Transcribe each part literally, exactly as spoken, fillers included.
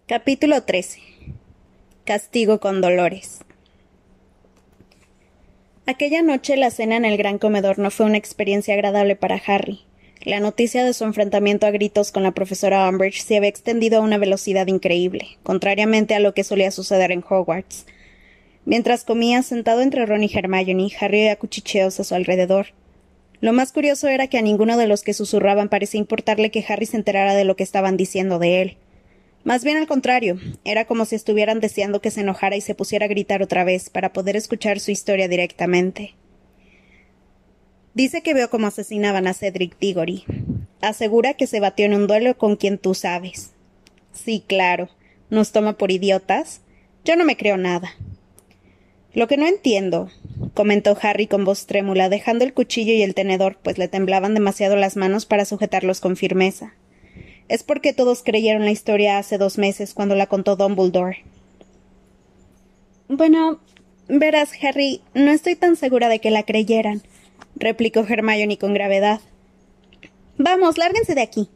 Capítulo trece. Castigo con Dolores. Aquella noche la cena en el gran comedor no fue una experiencia agradable para Harry. La noticia de su enfrentamiento a gritos con la profesora Umbridge se había extendido a una velocidad increíble, contrariamente a lo que solía suceder en Hogwarts. Mientras comía, sentado entre Ron y Hermione, Harry oía cuchicheos a su alrededor. Lo más curioso era que a ninguno de los que susurraban parecía importarle que Harry se enterara de lo que estaban diciendo de él. Más bien al contrario, era como si estuvieran deseando que se enojara y se pusiera a gritar otra vez para poder escuchar su historia directamente. Dice que veo cómo asesinaban a Cedric Diggory. Asegura que se batió en un duelo con quien tú sabes. Sí, claro. ¿Nos toma por idiotas? Yo no me creo nada. Lo que no entiendo, comentó Harry con voz trémula, dejando el cuchillo y el tenedor, pues le temblaban demasiado las manos para sujetarlos con firmeza. Es porque todos creyeron la historia hace dos meses, cuando la contó Dumbledore. Bueno, verás, Harry, no estoy tan segura de que la creyeran, replicó Hermione con gravedad. Vamos, lárguense de aquí.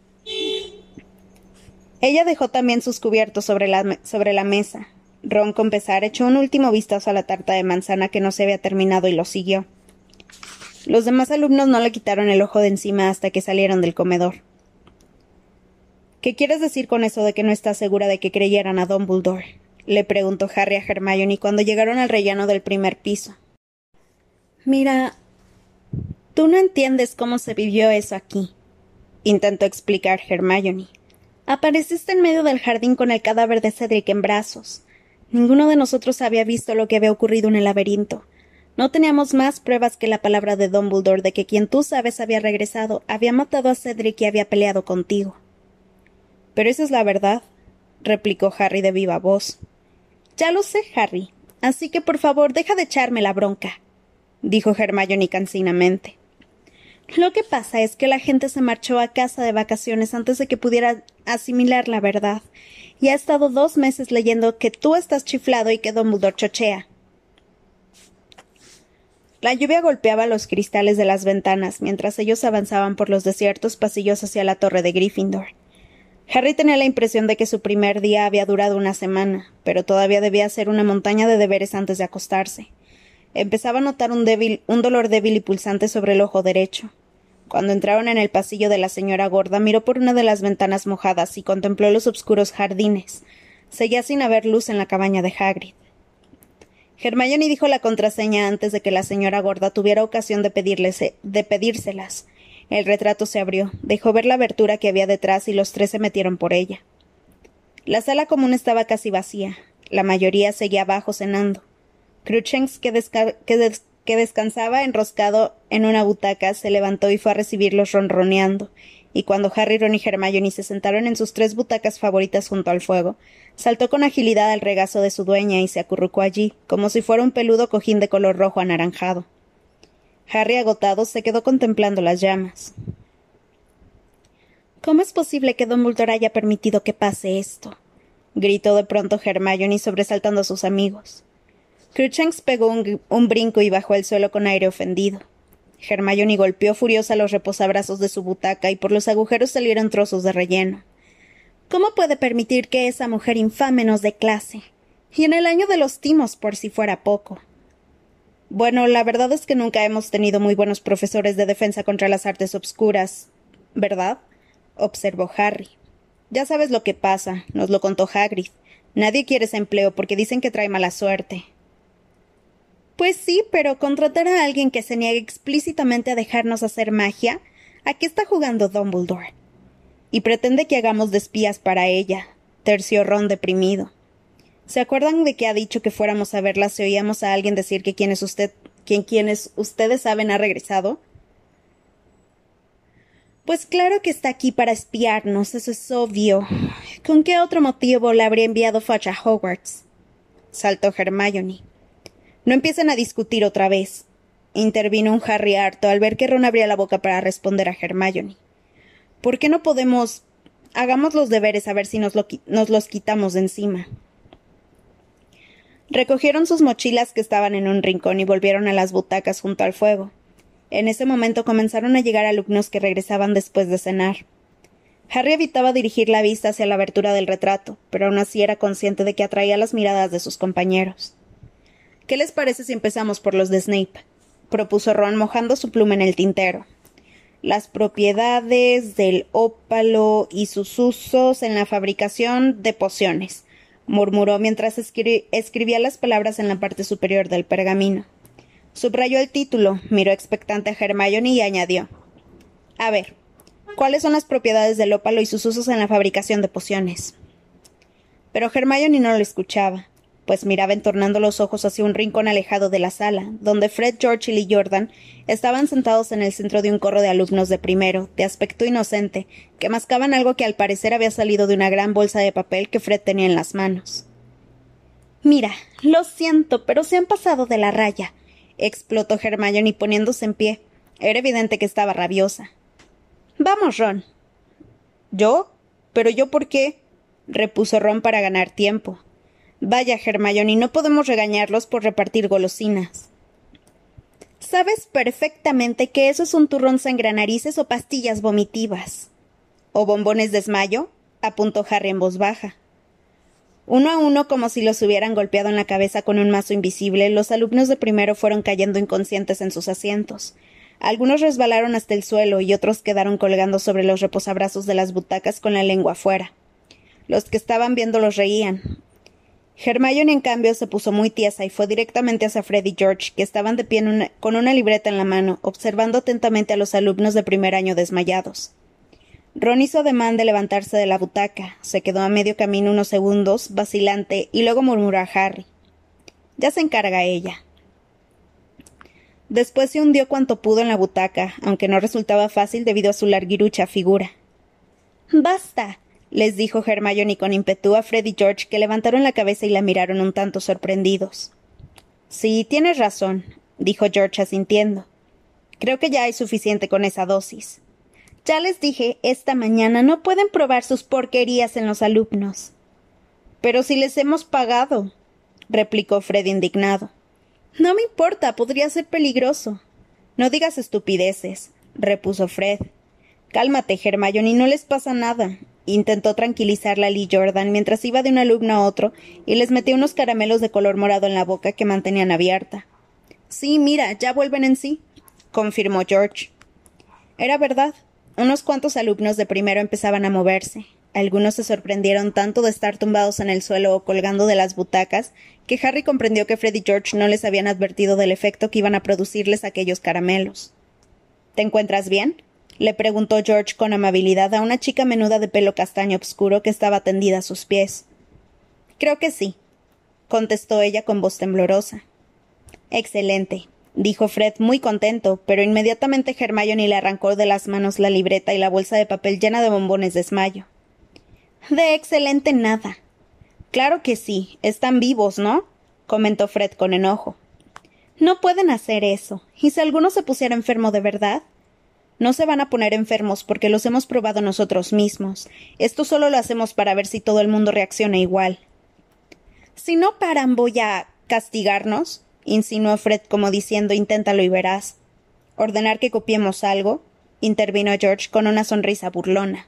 Ella dejó también sus cubiertos sobre la, sobre la mesa. Ron, con pesar, echó un último vistazo a la tarta de manzana que no se había terminado y lo siguió. Los demás alumnos no le quitaron el ojo de encima hasta que salieron del comedor. ¿Qué quieres decir con eso de que no estás segura de que creyeran a Dumbledore? Le preguntó Harry a Hermione cuando llegaron al rellano del primer piso. Mira, tú no entiendes cómo se vivió eso aquí, intentó explicar Hermione. Apareciste en medio del jardín con el cadáver de Cedric en brazos. Ninguno de nosotros había visto lo que había ocurrido en el laberinto. No teníamos más pruebas que la palabra de Dumbledore de que quien tú sabes había regresado, había matado a Cedric y había peleado contigo. Pero esa es la verdad, replicó Harry de viva voz. Ya lo sé, Harry. Así que, por favor, deja de echarme la bronca, dijo Hermione cansinamente. Lo que pasa es que la gente se marchó a casa de vacaciones antes de que pudiera asimilar la verdad, y ha estado dos meses leyendo que tú estás chiflado y que Dumbledore chochea. La lluvia golpeaba los cristales de las ventanas mientras ellos avanzaban por los desiertos pasillos hacia la torre de Gryffindor. Harry tenía la impresión de que su primer día había durado una semana, pero todavía debía hacer una montaña de deberes antes de acostarse. Empezaba a notar un, débil, un dolor débil y pulsante sobre el ojo derecho. Cuando entraron en el pasillo de la señora Gorda, miró por una de las ventanas mojadas y contempló los oscuros jardines. Seguía sin haber luz en la cabaña de Hagrid. Hermione dijo la contraseña antes de que la señora Gorda tuviera ocasión de, pedirles, de pedírselas. El retrato se abrió, dejó ver la abertura que había detrás y los tres se metieron por ella. La sala común estaba casi vacía. La mayoría seguía abajo cenando. Cruikshanks, que, desca que, des que descansaba enroscado en una butaca, se levantó y fue a recibirlos ronroneando, y cuando Harry, Ron y Hermione se sentaron en sus tres butacas favoritas junto al fuego, saltó con agilidad al regazo de su dueña y se acurrucó allí, como si fuera un peludo cojín de color rojo anaranjado. Harry, agotado, se quedó contemplando las llamas. ¿Cómo es posible que Dumbledore haya permitido que pase esto? Gritó de pronto Hermione, sobresaltando a sus amigos. Cruikshanks pegó un, un brinco y bajó al suelo con aire ofendido. Hermione golpeó furiosa los reposabrazos de su butaca y por los agujeros salieron trozos de relleno. ¿Cómo puede permitir que esa mujer infame nos dé clase? Y en el año de los timos, por si fuera poco. Bueno, la verdad es que nunca hemos tenido muy buenos profesores de defensa contra las artes obscuras, ¿verdad? Observó Harry. Ya sabes lo que pasa, nos lo contó Hagrid. Nadie quiere ese empleo porque dicen que trae mala suerte. Pues sí, pero contratar a alguien que se niegue explícitamente a dejarnos hacer magia, ¿a qué está jugando Dumbledore? Y pretende que hagamos de espías para ella, terció Ron deprimido. ¿Se acuerdan de que ha dicho que fuéramos a verla si oíamos a alguien decir que quien es usted, quien quienes ustedes saben ha regresado? Pues claro que está aquí para espiarnos, eso es obvio. ¿Con qué otro motivo le habría enviado Fudge a Hogwarts? Saltó Hermione. No empiecen a discutir otra vez, intervino un Harry harto al ver que Ron abría la boca para responder a Hermione. ¿Por qué no podemos? Hagamos los deberes a ver si nos, lo, nos los quitamos de encima. Recogieron sus mochilas que estaban en un rincón y volvieron a las butacas junto al fuego. En ese momento comenzaron a llegar alumnos que regresaban después de cenar. Harry evitaba dirigir la vista hacia la abertura del retrato, pero aún así era consciente de que atraía las miradas de sus compañeros. —¿Qué les parece si empezamos por los de Snape? —propuso Ron mojando su pluma en el tintero. —Las propiedades del ópalo y sus usos en la fabricación de pociones —murmuró mientras escri- escribía las palabras en la parte superior del pergamino. Subrayó el título, miró expectante a Hermione y añadió: —A ver, ¿cuáles son las propiedades del ópalo y sus usos en la fabricación de pociones? Pero Hermione no lo escuchaba, pues miraba entornando los ojos hacia un rincón alejado de la sala, donde Fred, George y Lee Jordan estaban sentados en el centro de un corro de alumnos de primero, de aspecto inocente, que mascaban algo que al parecer había salido de una gran bolsa de papel que Fred tenía en las manos. —Mira, lo siento, pero se han pasado de la raya —explotó Hermione poniéndose en pie. Era evidente que estaba rabiosa. —Vamos, Ron. —¿Yo? ¿Pero yo por qué? —repuso Ron para ganar tiempo. —Vaya, Hermione, no podemos regañarlos por repartir golosinas. —Sabes perfectamente que eso es un turrón sangranarices o pastillas vomitivas. —¿O bombones de desmayo? —apuntó Harry en voz baja. Uno a uno, como si los hubieran golpeado en la cabeza con un mazo invisible, los alumnos de primero fueron cayendo inconscientes en sus asientos. Algunos resbalaron hasta el suelo y otros quedaron colgando sobre los reposabrazos de las butacas con la lengua afuera. Los que estaban viendo los reían. Hermione, en cambio, se puso muy tiesa y fue directamente hacia Fred y George, que estaban de pie en una, con una libreta en la mano, observando atentamente a los alumnos de primer año desmayados. Ron hizo ademán de levantarse de la butaca, se quedó a medio camino unos segundos, vacilante, y luego murmuró a Harry: —Ya se encarga ella. Después se hundió cuanto pudo en la butaca, aunque no resultaba fácil debido a su larguirucha figura. —¡Basta! —les dijo Hermione con ímpetu a Fred y George, que levantaron la cabeza y la miraron un tanto sorprendidos. —Sí, tienes razón —dijo George asintiendo—. Creo que ya hay suficiente con esa dosis. Ya les dije, esta mañana no pueden probar sus porquerías en los alumnos. —Pero si les hemos pagado —replicó Fred indignado. —No me importa, podría ser peligroso. —No digas estupideces —repuso Fred. —Cálmate, Hermione, no les pasa nada. Intentó tranquilizarla Lee Jordan mientras iba de un alumno a otro y les metía unos caramelos de color morado en la boca que mantenían abierta. —Sí, mira, ya vuelven en sí —confirmó George. Era verdad. Unos cuantos alumnos de primero empezaban a moverse. Algunos se sorprendieron tanto de estar tumbados en el suelo o colgando de las butacas que Harry comprendió que Fred y George no les habían advertido del efecto que iban a producirles aquellos caramelos. —¿Te encuentras bien? —le preguntó George con amabilidad a una chica menuda de pelo castaño oscuro que estaba tendida a sus pies. —Creo que sí —contestó ella con voz temblorosa. —Excelente —dijo Fred muy contento, pero inmediatamente Hermione le arrancó de las manos la libreta y la bolsa de papel llena de bombones de desmayo. —De excelente nada. —Claro que sí. Están vivos, ¿no? —comentó Fred con enojo. —No pueden hacer eso. ¿Y si alguno se pusiera enfermo de verdad? No se van a poner enfermos porque los hemos probado nosotros mismos. Esto solo lo hacemos para ver si todo el mundo reacciona igual. —Si no paran, voy a castigarnos —insinuó Fred como diciendo inténtalo y verás. —¿Ordenar que copiemos algo? —intervino George con una sonrisa burlona.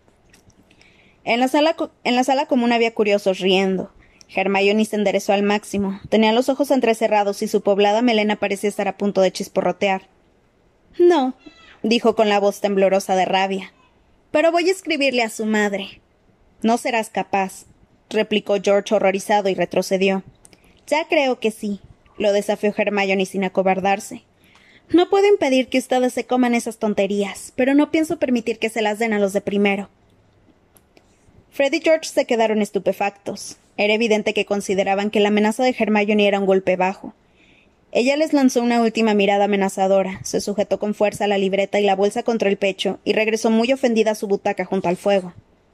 En la sala, en la sala común había curiosos riendo. Hermione se enderezó al máximo. Tenía los ojos entrecerrados y su poblada melena parecía estar a punto de chisporrotear. —No —dijo con la voz temblorosa de rabia—, pero voy a escribirle a su madre. —No serás capaz —replicó George horrorizado y retrocedió. —Ya creo que sí —lo desafió Hermione sin acobardarse—. No puedo impedir que ustedes se coman esas tonterías, pero no pienso permitir que se las den a los de primero. Fred y George se quedaron estupefactos. Era evidente que consideraban que la amenaza de Hermione era un golpe bajo. Ella les lanzó una última mirada amenazadora, se sujetó con fuerza la libreta y la bolsa contra el pecho y regresó muy ofendida a su butaca junto al fuego.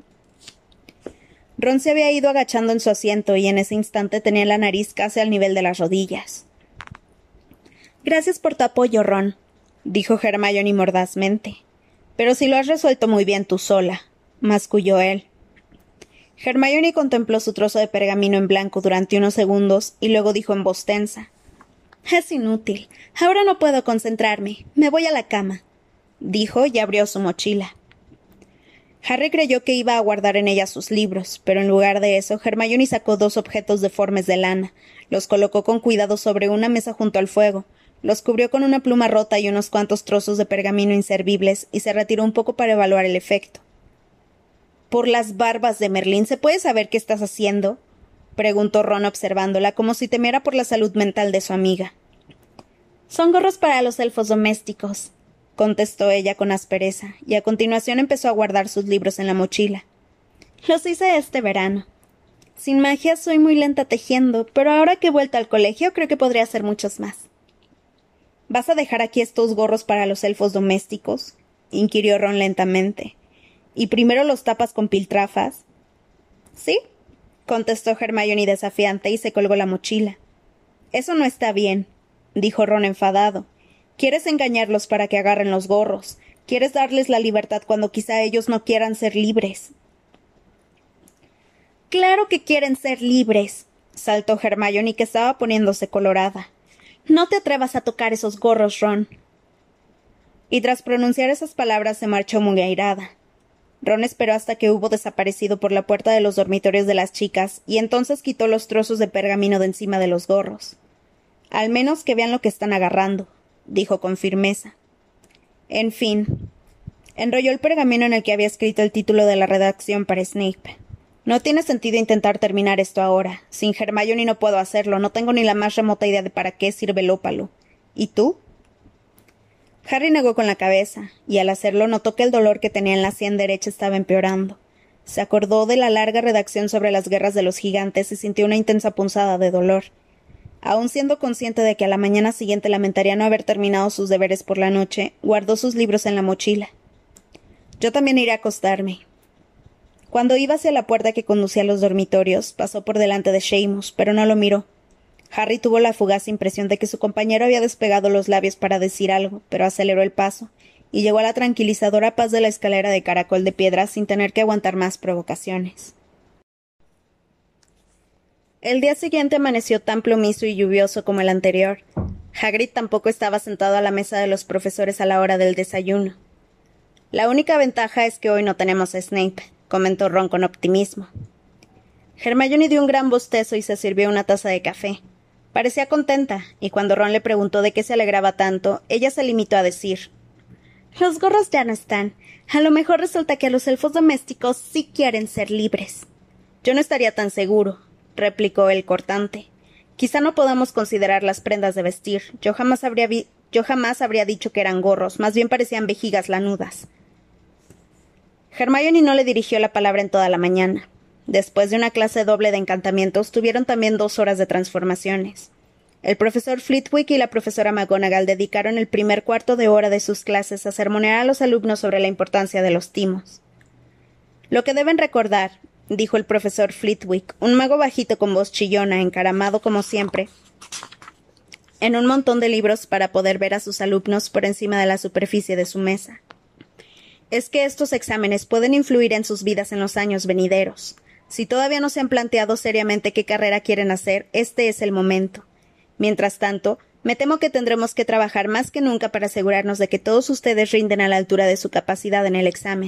Ron se había ido agachando en su asiento y en ese instante tenía la nariz casi al nivel de las rodillas. —Gracias por tu apoyo, Ron —dijo Hermione mordazmente—. Pero si lo has resuelto muy bien tú sola —masculló él. Hermione contempló su trozo de pergamino en blanco durante unos segundos y luego dijo en voz tensa: —Es inútil. Ahora no puedo concentrarme. Me voy a la cama —dijo y abrió su mochila. Harry creyó que iba a guardar en ella sus libros, pero en lugar de eso, Hermione sacó dos objetos deformes de lana, los colocó con cuidado sobre una mesa junto al fuego, los cubrió con una pluma rota y unos cuantos trozos de pergamino inservibles, y se retiró un poco para evaluar el efecto. —Por las barbas de Merlín, ¿se puede saber qué estás haciendo? —preguntó Ron observándola, como si temiera por la salud mental de su amiga. —Son gorros para los elfos domésticos —contestó ella con aspereza, y a continuación empezó a guardar sus libros en la mochila. —Los hice este verano. Sin magia soy muy lenta tejiendo, pero ahora que he vuelto al colegio creo que podría hacer muchos más. —¿Vas a dejar aquí estos gorros para los elfos domésticos? —inquirió Ron lentamente. —¿Y primero los tapas con piltrafas? —Sí —contestó Hermione desafiante y se colgó la mochila. —Eso no está bien —dijo Ron enfadado—. Quieres engañarlos para que agarren los gorros. Quieres darles la libertad cuando quizá ellos no quieran ser libres. —¡Claro que quieren ser libres! —saltó Hermione, que estaba poniéndose colorada. —No te atrevas a tocar esos gorros, Ron. Y tras pronunciar esas palabras se marchó muy airada. Ron esperó hasta que hubo desaparecido por la puerta de los dormitorios de las chicas, y entonces quitó los trozos de pergamino de encima de los gorros. —Al menos que vean lo que están agarrando —dijo con firmeza. En fin. Enrolló el pergamino en el que había escrito el título de la redacción para Snape. No tiene sentido intentar terminar esto ahora. Sin Hermione no puedo hacerlo. No tengo ni la más remota idea de para qué sirve el ópalo. ¿Y tú? Harry negó con la cabeza, y al hacerlo notó que el dolor que tenía en la sien derecha estaba empeorando. Se acordó de la larga redacción sobre las guerras de los gigantes y sintió una intensa punzada de dolor. Aun siendo consciente de que a la mañana siguiente lamentaría no haber terminado sus deberes por la noche, guardó sus libros en la mochila. Yo también iré a acostarme. Cuando iba hacia la puerta que conducía a los dormitorios, pasó por delante de Seamus, pero no lo miró. Harry tuvo la fugaz impresión de que su compañero había despegado los labios para decir algo, pero aceleró el paso, y llegó a la tranquilizadora paz de la escalera de caracol de piedra sin tener que aguantar más provocaciones. El día siguiente amaneció tan plomizo y lluvioso como el anterior. Hagrid tampoco estaba sentado a la mesa de los profesores a la hora del desayuno. La única ventaja es que hoy no tenemos a Snape, comentó Ron con optimismo. Hermione dio un gran bostezo y se sirvió una taza de café. Parecía contenta, y cuando Ron le preguntó de qué se alegraba tanto, ella se limitó a decir: «Los gorros ya no están. A lo mejor resulta que los elfos domésticos sí quieren ser libres». «Yo no estaría tan seguro», replicó el cortante. «Quizá no podamos considerar las prendas de vestir. Yo jamás habría vi yo jamás habría dicho que eran gorros, más bien parecían vejigas lanudas». Hermione no le dirigió la palabra en toda la mañana. Después de una clase doble de encantamientos, tuvieron también dos horas de transformaciones. El profesor Flitwick y la profesora McGonagall dedicaron el primer cuarto de hora de sus clases a sermonear a los alumnos sobre la importancia de los timos. «Lo que deben recordar», dijo el profesor Flitwick, un mago bajito con voz chillona, encaramado como siempre, en un montón de libros para poder ver a sus alumnos por encima de la superficie de su mesa, «es que estos exámenes pueden influir en sus vidas en los años venideros. Si todavía no se han planteado seriamente qué carrera quieren hacer, este es el momento. Mientras tanto, me temo que tendremos que trabajar más que nunca para asegurarnos de que todos ustedes rinden a la altura de su capacidad en el examen».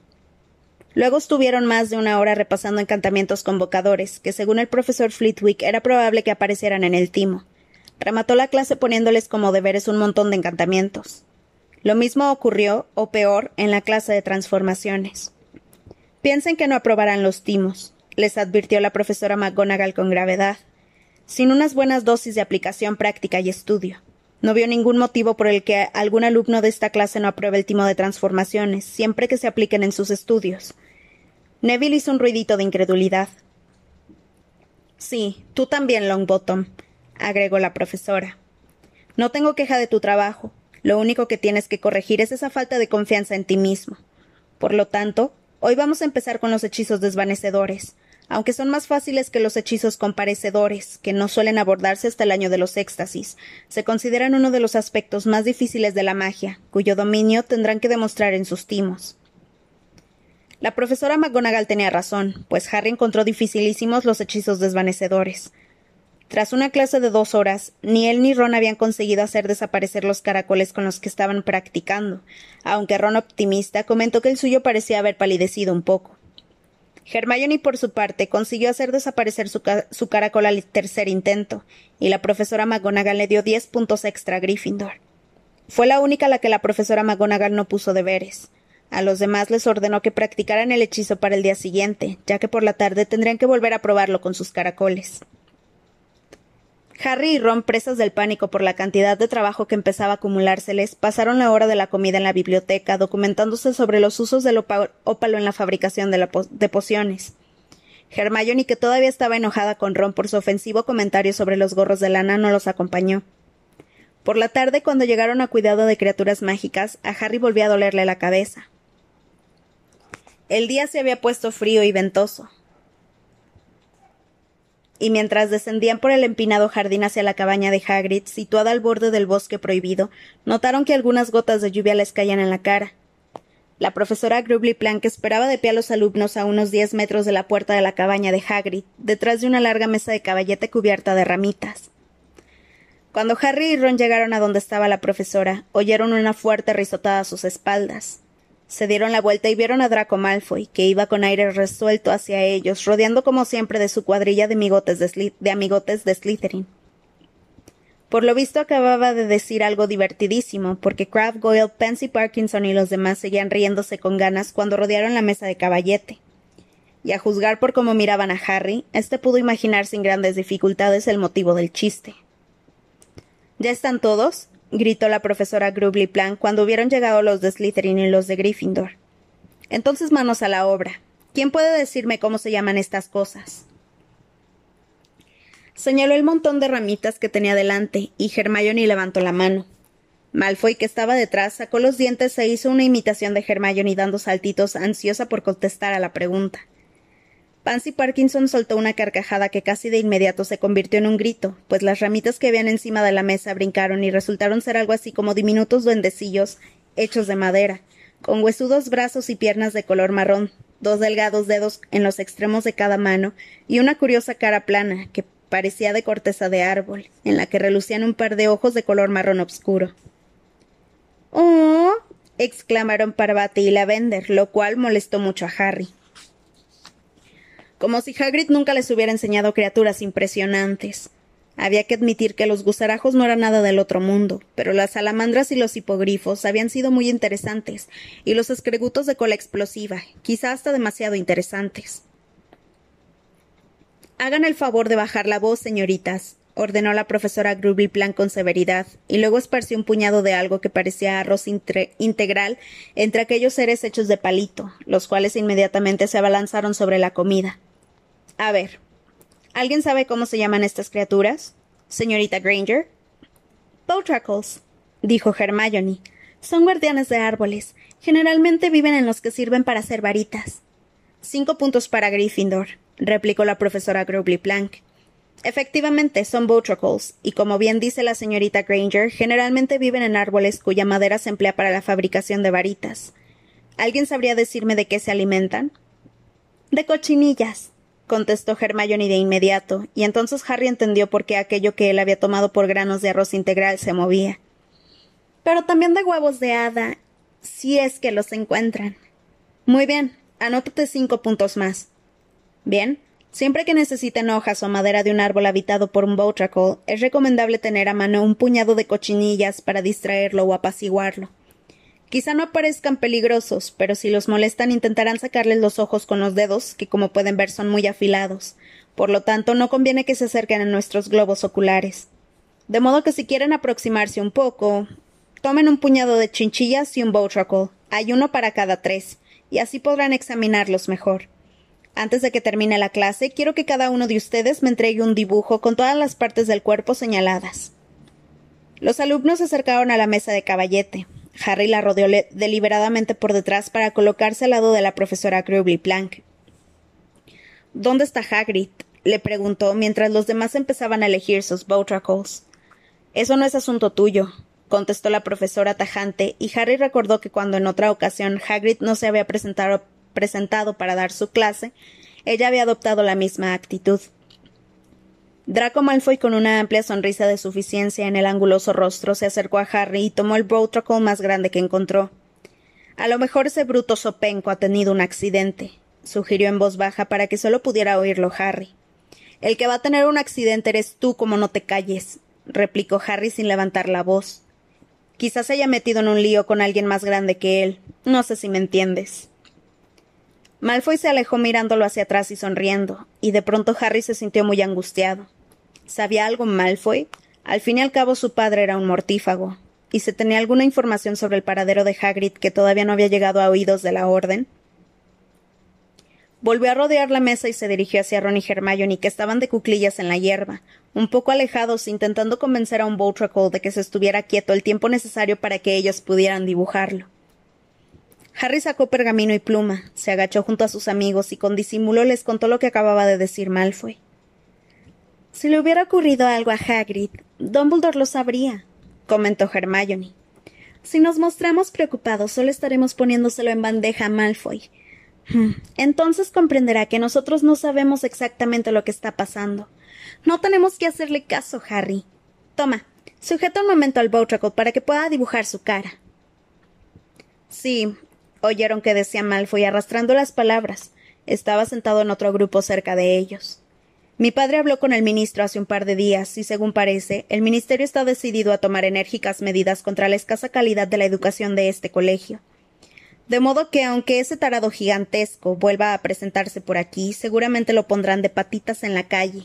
Luego estuvieron más de una hora repasando encantamientos convocadores, que según el profesor Flitwick era probable que aparecieran en el timo. Remató la clase poniéndoles como deberes un montón de encantamientos. Lo mismo ocurrió, o peor, en la clase de transformaciones. «Piensen que no aprobarán los timos», les advirtió la profesora McGonagall con gravedad, «sin unas buenas dosis de aplicación práctica y estudio. No vio ningún motivo por el que algún alumno de esta clase no apruebe el timo de transformaciones, siempre que se apliquen en sus estudios». Neville hizo un ruidito de incredulidad. «Sí, tú también, Longbottom», agregó la profesora. «No tengo queja de tu trabajo. Lo único que tienes que corregir es esa falta de confianza en ti mismo. Por lo tanto, hoy vamos a empezar con los hechizos desvanecedores, aunque son más fáciles que los hechizos comparecedores, que no suelen abordarse hasta el año de los éxtasis. Se consideran uno de los aspectos más difíciles de la magia, cuyo dominio tendrán que demostrar en sus timos». La profesora McGonagall tenía razón, pues Harry encontró dificilísimos los hechizos desvanecedores. Tras una clase de dos horas, ni él ni Ron habían conseguido hacer desaparecer los caracoles con los que estaban practicando, aunque Ron, optimista, comentó que el suyo parecía haber palidecido un poco. Hermione, por su parte, consiguió hacer desaparecer su, ca su caracol al tercer intento, y la profesora McGonagall le dio diez puntos extra a Gryffindor. Fue la única a la que la profesora McGonagall no puso deberes. A los demás les ordenó que practicaran el hechizo para el día siguiente, ya que por la tarde tendrían que volver a probarlo con sus caracoles. Harry y Ron, presas del pánico por la cantidad de trabajo que empezaba a acumulárseles, pasaron la hora de la comida en la biblioteca, documentándose sobre los usos del ópalo en la fabricación de, la po de pociones. Hermione, que todavía estaba enojada con Ron por su ofensivo comentario sobre los gorros de lana, no los acompañó. Por la tarde, cuando llegaron a cuidado de criaturas mágicas, a Harry volvió a dolerle la cabeza. El día se había puesto frío y ventoso, y mientras descendían por el empinado jardín hacia la cabaña de Hagrid, situada al borde del bosque prohibido, notaron que algunas gotas de lluvia les caían en la cara. La profesora Grubbly Plank esperaba de pie a los alumnos a unos diez metros de la puerta de la cabaña de Hagrid, detrás de una larga mesa de caballete cubierta de ramitas. Cuando Harry y Ron llegaron a donde estaba la profesora, oyeron una fuerte risotada a sus espaldas. Se dieron la vuelta y vieron a Draco Malfoy, que iba con aire resuelto hacia ellos, rodeando como siempre de su cuadrilla de amigotes de, de, amigotes de Slytherin. Por lo visto acababa de decir algo divertidísimo, porque Crabbe, Goyle, Pansy Parkinson y los demás seguían riéndose con ganas cuando rodearon la mesa de caballete. Y a juzgar por cómo miraban a Harry, éste pudo imaginar sin grandes dificultades el motivo del chiste. ¿Ya están todos?, gritó la profesora Grubbly Plank cuando hubieron llegado los de Slytherin y los de Gryffindor. Entonces manos a la obra. ¿Quién puede decirme cómo se llaman estas cosas? Señaló el montón de ramitas que tenía delante, y Hermione levantó la mano. Malfoy, que estaba detrás, sacó los dientes e hizo una imitación de Hermione dando saltitos, ansiosa por contestar a la pregunta. Pansy Parkinson soltó una carcajada que casi de inmediato se convirtió en un grito, pues las ramitas que habían encima de la mesa brincaron y resultaron ser algo así como diminutos duendecillos hechos de madera, con huesudos brazos y piernas de color marrón, dos delgados dedos en los extremos de cada mano y una curiosa cara plana que parecía de corteza de árbol, en la que relucían un par de ojos de color marrón oscuro. «¡Oh!», exclamaron Parvati y Lavender, lo cual molestó mucho a Harry. Como si Hagrid nunca les hubiera enseñado criaturas impresionantes. Había que admitir que los gusarajos no eran nada del otro mundo, pero las salamandras y los hipogrifos habían sido muy interesantes, y los escregutos de cola explosiva, quizá hasta demasiado interesantes. «Hagan el favor de bajar la voz, señoritas», ordenó la profesora Grubbly Plank con severidad, y luego esparció un puñado de algo que parecía arroz integral entre aquellos seres hechos de palito, los cuales inmediatamente se abalanzaron sobre la comida. A ver, ¿alguien sabe cómo se llaman estas criaturas? ¿Señorita Granger? Bowtruckles, dijo Hermione. Son guardianes de árboles. Generalmente viven en los que sirven para hacer varitas. Cinco puntos para Gryffindor, replicó la profesora Grubbly Plank. Efectivamente, son Bowtruckles, y como bien dice la señorita Granger, generalmente viven en árboles cuya madera se emplea para la fabricación de varitas. ¿Alguien sabría decirme de qué se alimentan? De cochinillas, contestó Hermione de inmediato, y entonces Harry entendió por qué aquello que él había tomado por granos de arroz integral se movía. Pero también de huevos de hada, si es que los encuentran. Muy bien, anótate cinco puntos más. Bien, siempre que necesiten hojas o madera de un árbol habitado por un Bowtruckle, es recomendable tener a mano un puñado de cochinillas para distraerlo o apaciguarlo. Quizá no parezcan peligrosos, pero si los molestan intentarán sacarles los ojos con los dedos, que como pueden ver son muy afilados. Por lo tanto, no conviene que se acerquen a nuestros globos oculares. De modo que si quieren aproximarse un poco, tomen un puñado de chinchillas y un Bowtruckle. Hay uno para cada tres, y así podrán examinarlos mejor. Antes de que termine la clase, quiero que cada uno de ustedes me entregue un dibujo con todas las partes del cuerpo señaladas. Los alumnos se acercaron a la mesa de caballete. Harry la rodeó deliberadamente por detrás para colocarse al lado de la profesora Grubbly Plank. «¿Dónde está Hagrid?», le preguntó mientras los demás empezaban a elegir sus Bowtruckles. «Eso no es asunto tuyo», contestó la profesora tajante, y Harry recordó que cuando en otra ocasión Hagrid no se había presentado, presentado para dar su clase, ella había adoptado la misma actitud. Draco Malfoy, con una amplia sonrisa de suficiencia en el anguloso rostro, se acercó a Harry y tomó el Bowtruckle más grande que encontró. «A lo mejor ese bruto zopenco ha tenido un accidente», sugirió en voz baja para que solo pudiera oírlo Harry. «El que va a tener un accidente eres tú, como no te calles», replicó Harry sin levantar la voz. «Quizás se haya metido en un lío con alguien más grande que él. No sé si me entiendes». Malfoy se alejó mirándolo hacia atrás y sonriendo, y de pronto Harry se sintió muy angustiado. ¿Sabía algo Malfoy? Al fin y al cabo su padre era un mortífago. ¿Y se tenía alguna información sobre el paradero de Hagrid que todavía no había llegado a oídos de la Orden? Volvió a rodear la mesa y se dirigió hacia Ron y Hermione, que estaban de cuclillas en la hierba, un poco alejados, intentando convencer a un Bowtruckle de que se estuviera quieto el tiempo necesario para que ellos pudieran dibujarlo. Harry sacó pergamino y pluma, se agachó junto a sus amigos y con disimulo les contó lo que acababa de decir Malfoy. «Si le hubiera ocurrido algo a Hagrid, Dumbledore lo sabría», comentó Hermione. «Si nos mostramos preocupados, solo estaremos poniéndoselo en bandeja a Malfoy. Entonces comprenderá que nosotros no sabemos exactamente lo que está pasando. No tenemos que hacerle caso, Harry. Toma, sujeta un momento al Bowtruckle para que pueda dibujar su cara». «Sí», oyeron que decía Malfoy arrastrando las palabras. Estaba sentado en otro grupo cerca de ellos. «Mi padre habló con el ministro hace un par de días y, según parece, el ministerio está decidido a tomar enérgicas medidas contra la escasa calidad de la educación de este colegio. De modo que, aunque ese tarado gigantesco vuelva a presentarse por aquí, seguramente lo pondrán de patitas en la calle».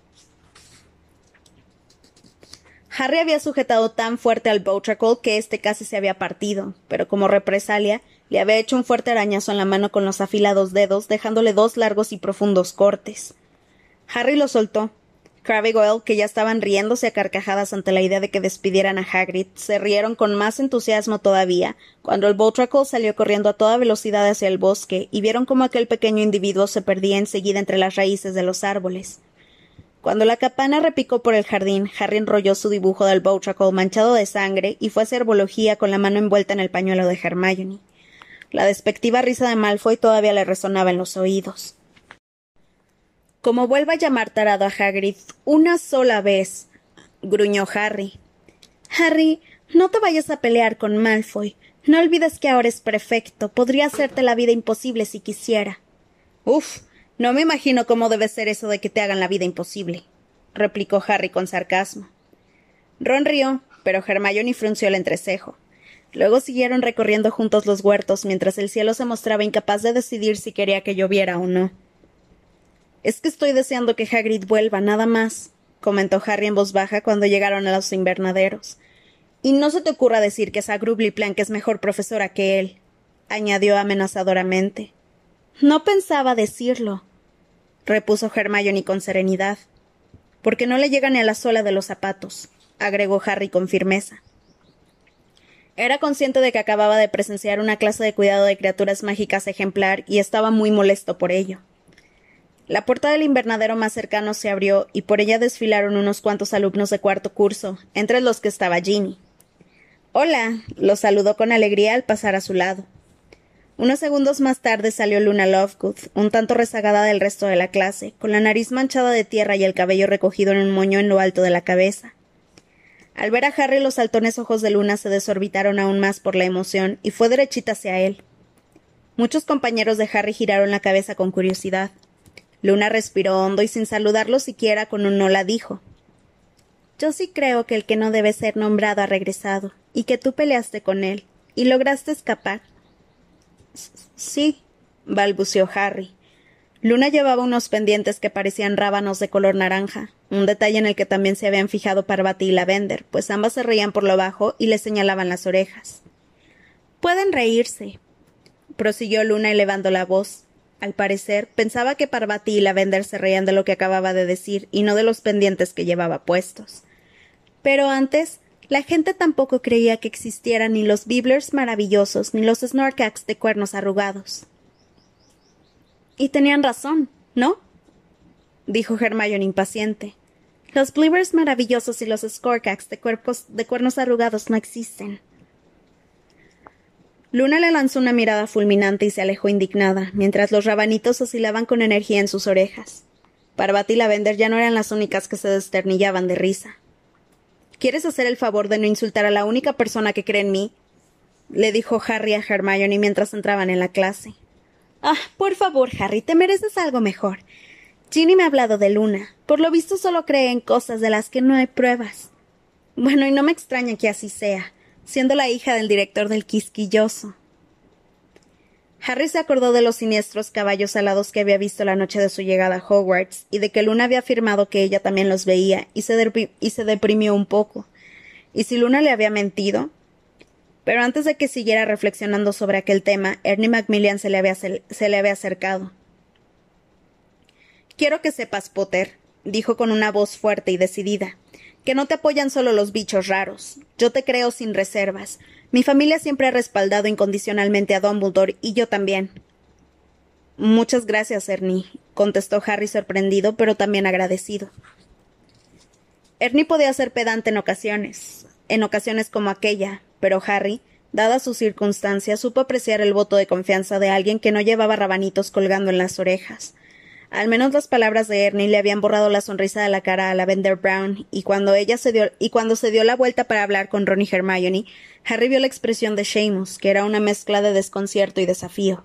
Harry había sujetado tan fuerte al Bowtruckle que éste casi se había partido, pero como represalia le había hecho un fuerte arañazo en la mano con los afilados dedos, dejándole dos largos y profundos cortes. Harry lo soltó. Crabbe y Goyle, que ya estaban riéndose a carcajadas ante la idea de que despidieran a Hagrid, se rieron con más entusiasmo todavía cuando el Bowtruckle salió corriendo a toda velocidad hacia el bosque y vieron cómo aquel pequeño individuo se perdía enseguida entre las raíces de los árboles. Cuando la campana repicó por el jardín, Harry enrolló su dibujo del Bowtruckle manchado de sangre y fue a hacer herbología con la mano envuelta en el pañuelo de Hermione. La despectiva risa de Malfoy todavía le resonaba en los oídos. «Como vuelva a llamar tarado a Hagrid una sola vez», gruñó Harry. «Harry, no te vayas a pelear con Malfoy. No olvides que ahora es prefecto. Podría hacerte la vida imposible si quisiera». «Uf, no me imagino cómo debe ser eso de que te hagan la vida imposible», replicó Harry con sarcasmo. Ron rió, pero Hermione frunció el entrecejo. Luego siguieron recorriendo juntos los huertos mientras el cielo se mostraba incapaz de decidir si quería que lloviera o no. «Es que estoy deseando que Hagrid vuelva, nada más», comentó Harry en voz baja cuando llegaron a los invernaderos. «Y no se te ocurra decir que esa Grubbly Plank es mejor profesora que él», añadió amenazadoramente. «No pensaba decirlo», repuso Hermione con serenidad. «Porque no le llega ni a la suela de los zapatos», agregó Harry con firmeza. Era consciente de que acababa de presenciar una clase de cuidado de criaturas mágicas ejemplar y estaba muy molesto por ello. La puerta del invernadero más cercano se abrió y por ella desfilaron unos cuantos alumnos de cuarto curso, entre los que estaba Ginny. «Hola», los saludó con alegría al pasar a su lado. Unos segundos más tarde salió Luna Lovegood, un tanto rezagada del resto de la clase, con la nariz manchada de tierra y el cabello recogido en un moño en lo alto de la cabeza. Al ver a Harry, los saltones ojos de Luna se desorbitaron aún más por la emoción y fue derechita hacia él. Muchos compañeros de Harry giraron la cabeza con curiosidad. Luna respiró hondo y sin saludarlo siquiera con un hola dijo: «Yo sí creo que el que no debe ser nombrado ha regresado, y que tú peleaste con él, y lograste escapar». «Sí», balbuceó Harry. Luna llevaba unos pendientes que parecían rábanos de color naranja, un detalle en el que también se habían fijado Parvati y Lavender, pues ambas se reían por lo bajo y le señalaban las orejas. «Pueden reírse», prosiguió Luna elevando la voz. Al parecer, pensaba que Parvati y Lavender se reían de lo que acababa de decir y no de los pendientes que llevaba puestos. «Pero antes, la gente tampoco creía que existieran ni los Bibblers maravillosos ni los Snorkax de cuernos arrugados». «Y tenían razón, ¿no?», dijo Hermione impaciente. «Los Blibbers maravillosos y los Scorkax de, cuerpos, de cuernos arrugados no existen». Luna le lanzó una mirada fulminante y se alejó indignada, mientras los rabanitos oscilaban con energía en sus orejas. Parvati y Lavender ya no eran las únicas que se desternillaban de risa. ¿Quieres hacer el favor de no insultar a la única persona que cree en mí?, le dijo Harry a Hermione mientras entraban en la clase. Ah, por favor, Harry, te mereces algo mejor. Ginny me ha hablado de Luna. Por lo visto solo cree en cosas de las que no hay pruebas. Bueno, y no me extraña que así sea, siendo la hija del director del Quisquilloso. Harry se acordó de los siniestros caballos alados que había visto la noche de su llegada a Hogwarts, y de que Luna había afirmado que ella también los veía, y se, depri- y se deprimió un poco. ¿Y si Luna le había mentido? Pero antes de que siguiera reflexionando sobre aquel tema, Ernie Macmillan se le había, se le había acercado. «Quiero que sepas, Potter», dijo con una voz fuerte y decidida, «que no te apoyan solo los bichos raros. Yo te creo sin reservas. Mi familia siempre ha respaldado incondicionalmente a Dumbledore, y yo también». «Muchas gracias, Ernie», contestó Harry sorprendido, pero también agradecido. Ernie podía ser pedante en ocasiones, en ocasiones como aquella, pero Harry, dadas sus circunstancias, supo apreciar el voto de confianza de alguien que no llevaba rabanitos colgando en las orejas. Al menos las palabras de Ernie le habían borrado la sonrisa de la cara a Lavender Brown, y cuando ella se dio, y cuando se dio la vuelta para hablar con Ron y Hermione, Harry vio la expresión de Seamus, que era una mezcla de desconcierto y desafío.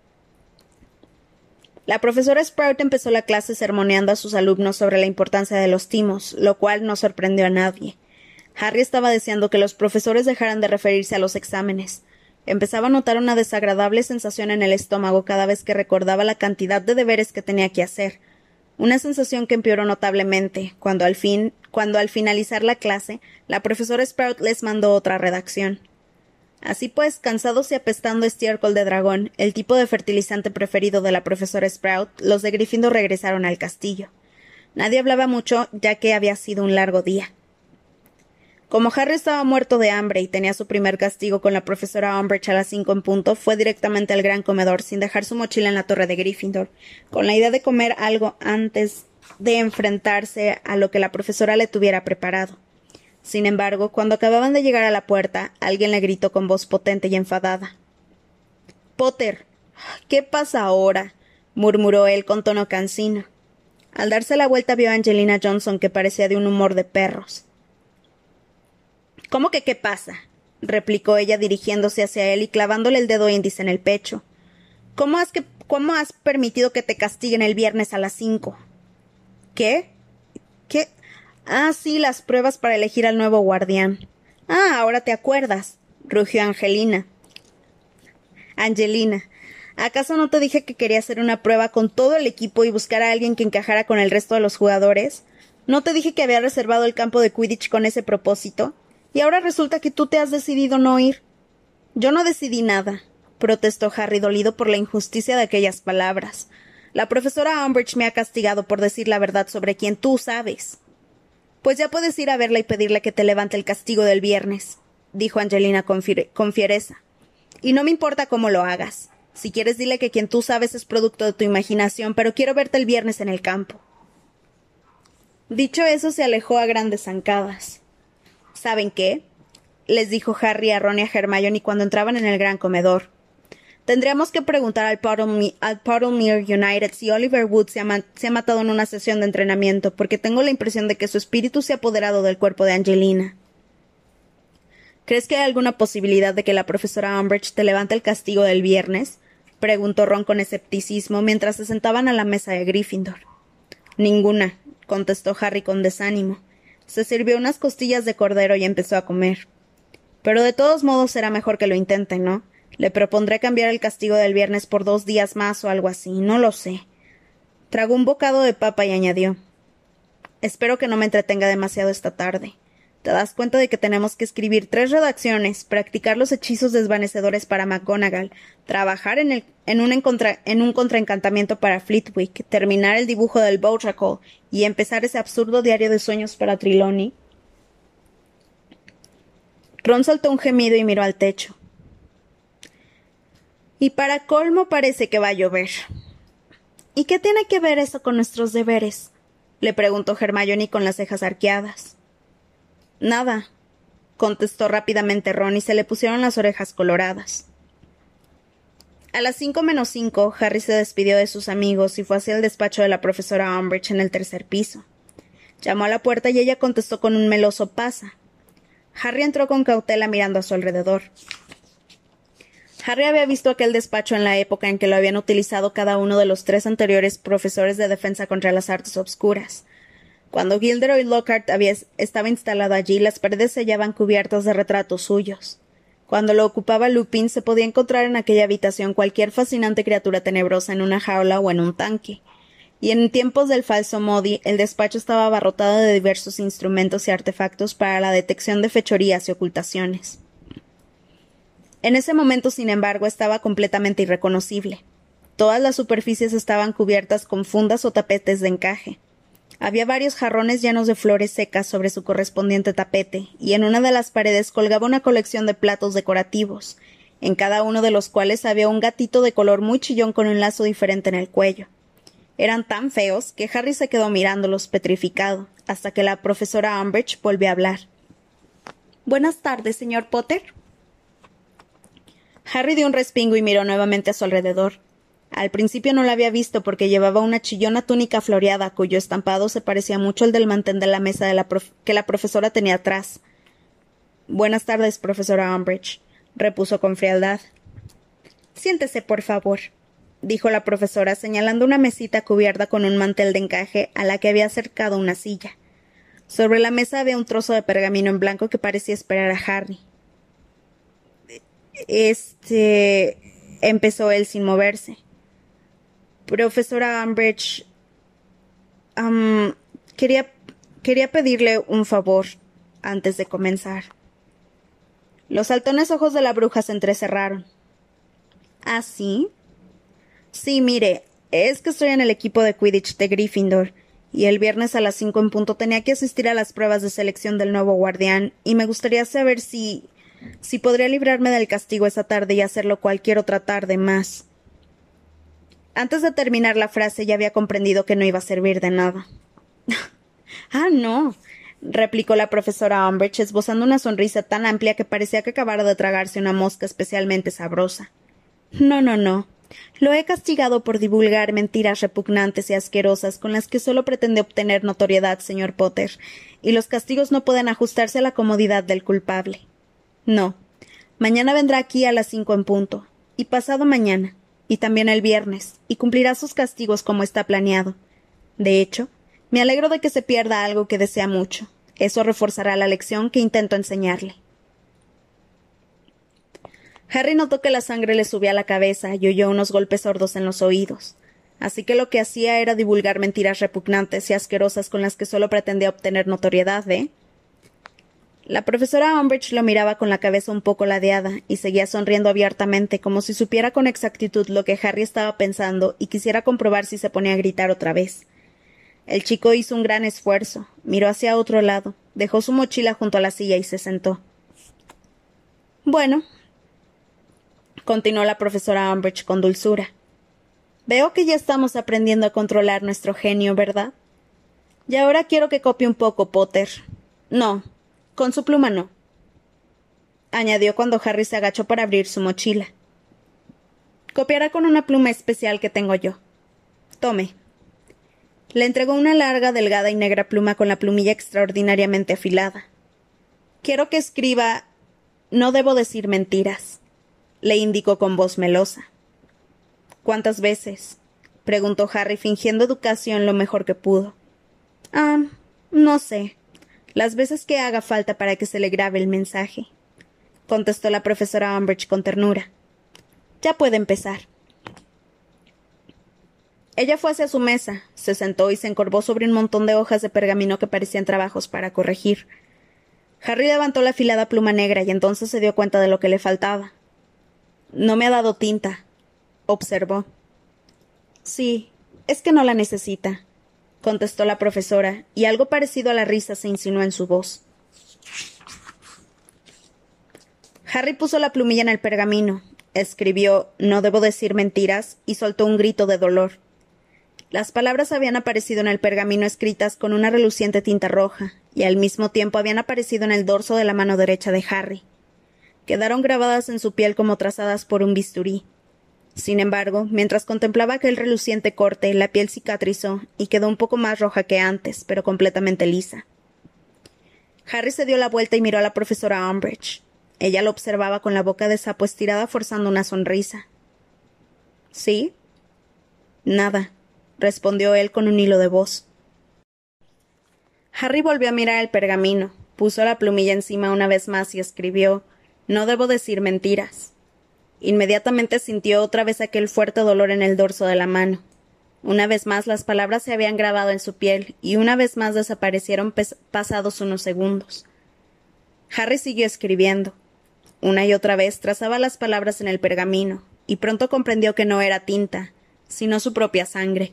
La profesora Sprout empezó la clase sermoneando a sus alumnos sobre la importancia de los timos, lo cual no sorprendió a nadie. Harry estaba deseando que los profesores dejaran de referirse a los exámenes. Empezaba a notar una desagradable sensación en el estómago cada vez que recordaba la cantidad de deberes que tenía que hacer. Una sensación que empeoró notablemente, cuando al fin, cuando al finalizar la clase, la profesora Sprout les mandó otra redacción. Así pues, cansados y apestando estiércol de dragón, el tipo de fertilizante preferido de la profesora Sprout, los de Gryffindor regresaron al castillo. Nadie hablaba mucho, ya que había sido un largo día. Como Harry estaba muerto de hambre y tenía su primer castigo con la profesora Umbridge a las cinco en punto, fue directamente al gran comedor sin dejar su mochila en la torre de Gryffindor, con la idea de comer algo antes de enfrentarse a lo que la profesora le tuviera preparado. Sin embargo, cuando acababan de llegar a la puerta, alguien le gritó con voz potente y enfadada. «Potter, ¿qué pasa ahora?», murmuró él con tono cansino. Al darse la vuelta vio a Angelina Johnson, que parecía de un humor de perros. «¿Cómo que qué pasa?», replicó ella dirigiéndose hacia él y clavándole el dedo índice en el pecho. «¿Cómo has, que, cómo has permitido que te castiguen el viernes a las cinco?» «¿Qué? ¿Qué? Ah, sí, las pruebas para elegir al nuevo guardián». «Ah, ahora te acuerdas», rugió Angelina. «Angelina, ¿acaso no te dije que quería hacer una prueba con todo el equipo y buscar a alguien que encajara con el resto de los jugadores? ¿No te dije que había reservado el campo de Quidditch con ese propósito? Y ahora resulta que tú te has decidido no ir». «Yo no decidí nada», protestó Harry dolido por la injusticia de aquellas palabras. «La profesora Umbridge me ha castigado por decir la verdad sobre quien tú sabes». «Pues ya puedes ir a verla y pedirle que te levante el castigo del viernes», dijo Angelina con, fiere- con fiereza. «Y no me importa cómo lo hagas. Si quieres dile que quien tú sabes es producto de tu imaginación, pero quiero verte el viernes en el campo». Dicho eso, se alejó a grandes zancadas. «¿Saben qué?», les dijo Harry a Ron y a Hermione cuando entraban en el gran comedor. «Tendríamos que preguntar al Puddlemere, al Puddlemere United si Oliver Wood se ha, ma se ha matado en una sesión de entrenamiento, porque tengo la impresión de que su espíritu se ha apoderado del cuerpo de Angelina». «¿Crees que hay alguna posibilidad de que la profesora Umbridge te levante el castigo del viernes?», preguntó Ron con escepticismo mientras se sentaban a la mesa de Gryffindor. «Ninguna», contestó Harry con desánimo. Se sirvió unas costillas de cordero y empezó a comer. «Pero de todos modos será mejor que lo intenten, ¿no? Le propondré cambiar el castigo del viernes por dos días más o algo así, no lo sé». Tragó un bocado de papa y añadió: «Espero que no me entretenga demasiado esta tarde. ¿Te das cuenta de que tenemos que escribir tres redacciones, practicar los hechizos desvanecedores para McGonagall, trabajar en, el, en, un, encontra, en un contraencantamiento para Flitwick, terminar el dibujo del Bowdracle y empezar ese absurdo diario de sueños para Trelawney?» Ron soltó un gemido y miró al techo. «Y para colmo parece que va a llover». «¿Y qué tiene que ver eso con nuestros deberes?», le preguntó Hermione con las cejas arqueadas. «Nada», contestó rápidamente Ron y se le pusieron las orejas coloradas. A las cinco menos cinco, Harry se despidió de sus amigos y fue hacia el despacho de la profesora Umbridge en el tercer piso. Llamó a la puerta y ella contestó con un meloso «pasa». Harry entró con cautela mirando a su alrededor. Harry había visto aquel despacho en la época en que lo habían utilizado cada uno de los tres anteriores profesores de defensa contra las artes obscuras. Cuando Gilderoy Lockhart había, estaba instalado allí, las paredes se hallaban cubiertas de retratos suyos. Cuando lo ocupaba Lupin, se podía encontrar en aquella habitación cualquier fascinante criatura tenebrosa en una jaula o en un tanque. Y en tiempos del falso Modi, el despacho estaba abarrotado de diversos instrumentos y artefactos para la detección de fechorías y ocultaciones. En ese momento, sin embargo, estaba completamente irreconocible. Todas las superficies estaban cubiertas con fundas o tapetes de encaje. Había varios jarrones llenos de flores secas sobre su correspondiente tapete, y en una de las paredes colgaba una colección de platos decorativos, en cada uno de los cuales había un gatito de color muy chillón con un lazo diferente en el cuello. Eran tan feos que Harry se quedó mirándolos petrificado, hasta que la profesora Umbridge volvió a hablar. «Buenas tardes, señor Potter». Harry dio un respingo y miró nuevamente a su alrededor. Al principio no la había visto porque llevaba una chillona túnica floreada cuyo estampado se parecía mucho al del mantén de la mesa de la que la profesora tenía atrás. «Buenas tardes, profesora Umbridge», repuso con frialdad. «Siéntese, por favor», dijo la profesora, señalando una mesita cubierta con un mantel de encaje a la que había acercado una silla. Sobre la mesa había un trozo de pergamino en blanco que parecía esperar a Harry. Este... empezó él sin moverse. «Profesora Umbridge, um, quería, quería pedirle un favor antes de comenzar». Los saltones ojos de la bruja se entrecerraron. «¿Ah, sí?» «Sí, mire, es que estoy en el equipo de Quidditch de Gryffindor, y el viernes a las cinco en punto tenía que asistir a las pruebas de selección del nuevo guardián, y me gustaría saber si... si podría librarme del castigo esa tarde y hacerlo cualquier otra tarde más». Antes de terminar la frase ya había comprendido que no iba a servir de nada. «Ah, no», replicó la profesora Umbridge, esbozando una sonrisa tan amplia que parecía que acabara de tragarse una mosca especialmente sabrosa. «No, no, no. Lo he castigado por divulgar mentiras repugnantes y asquerosas con las que solo pretende obtener notoriedad, señor Potter, y los castigos no pueden ajustarse a la comodidad del culpable. No. Mañana vendrá aquí a las cinco en punto, y pasado mañana, y también el viernes, y cumplirá sus castigos como está planeado. De hecho, me alegro de que se pierda algo que desea mucho. Eso reforzará la lección que intento enseñarle». Harry notó que la sangre le subía a la cabeza y oyó unos golpes sordos en los oídos. Así que lo que hacía era divulgar mentiras repugnantes y asquerosas con las que solo pretendía obtener notoriedad, ¿eh? La profesora Umbridge lo miraba con la cabeza un poco ladeada y seguía sonriendo abiertamente como si supiera con exactitud lo que Harry estaba pensando y quisiera comprobar si se ponía a gritar otra vez. El chico hizo un gran esfuerzo, miró hacia otro lado, dejó su mochila junto a la silla y se sentó. «Bueno», continuó la profesora Umbridge con dulzura, «veo que ya estamos aprendiendo a controlar nuestro genio, ¿verdad? Y ahora quiero que copie un poco, Potter. No, con su pluma no», añadió cuando Harry se agachó para abrir su mochila. «Copiará con una pluma especial que tengo yo. Tome». Le entregó una larga, delgada y negra pluma con la plumilla extraordinariamente afilada. «Quiero que escriba «no debo decir mentiras», le indicó con voz melosa. «¿Cuántas veces?», preguntó Harry, fingiendo educación lo mejor que pudo. «Ah, no sé. Las veces que haga falta para que se le grabe el mensaje», contestó la profesora Umbridge con ternura. «Ya puede empezar». Ella fue hacia su mesa, se sentó y se encorvó sobre un montón de hojas de pergamino que parecían trabajos para corregir. Harry levantó la afilada pluma negra y entonces se dio cuenta de lo que le faltaba. «No me ha dado tinta», observó. «Sí, es que no la necesita», contestó la profesora, y algo parecido a la risa se insinuó en su voz. Harry puso la plumilla en el pergamino, escribió «no debo decir mentiras» y soltó un grito de dolor. Las palabras habían aparecido en el pergamino escritas con una reluciente tinta roja, y al mismo tiempo habían aparecido en el dorso de la mano derecha de Harry. Quedaron grabadas en su piel como trazadas por un bisturí. Sin embargo, mientras contemplaba aquel reluciente corte, la piel cicatrizó y quedó un poco más roja que antes, pero completamente lisa. Harry se dio la vuelta y miró a la profesora Umbridge. Ella lo observaba con la boca de sapo estirada forzando una sonrisa. ¿Sí? Nada, respondió él con un hilo de voz. Harry volvió a mirar el pergamino, puso la plumilla encima una vez más y escribió: «No debo decir mentiras». Inmediatamente sintió otra vez aquel fuerte dolor en el dorso de la mano. Una vez más las palabras se habían grabado en su piel y una vez más desaparecieron pasados unos segundos. Harry siguió escribiendo. Una y otra vez trazaba las palabras en el pergamino, y pronto comprendió que no era tinta, sino su propia sangre.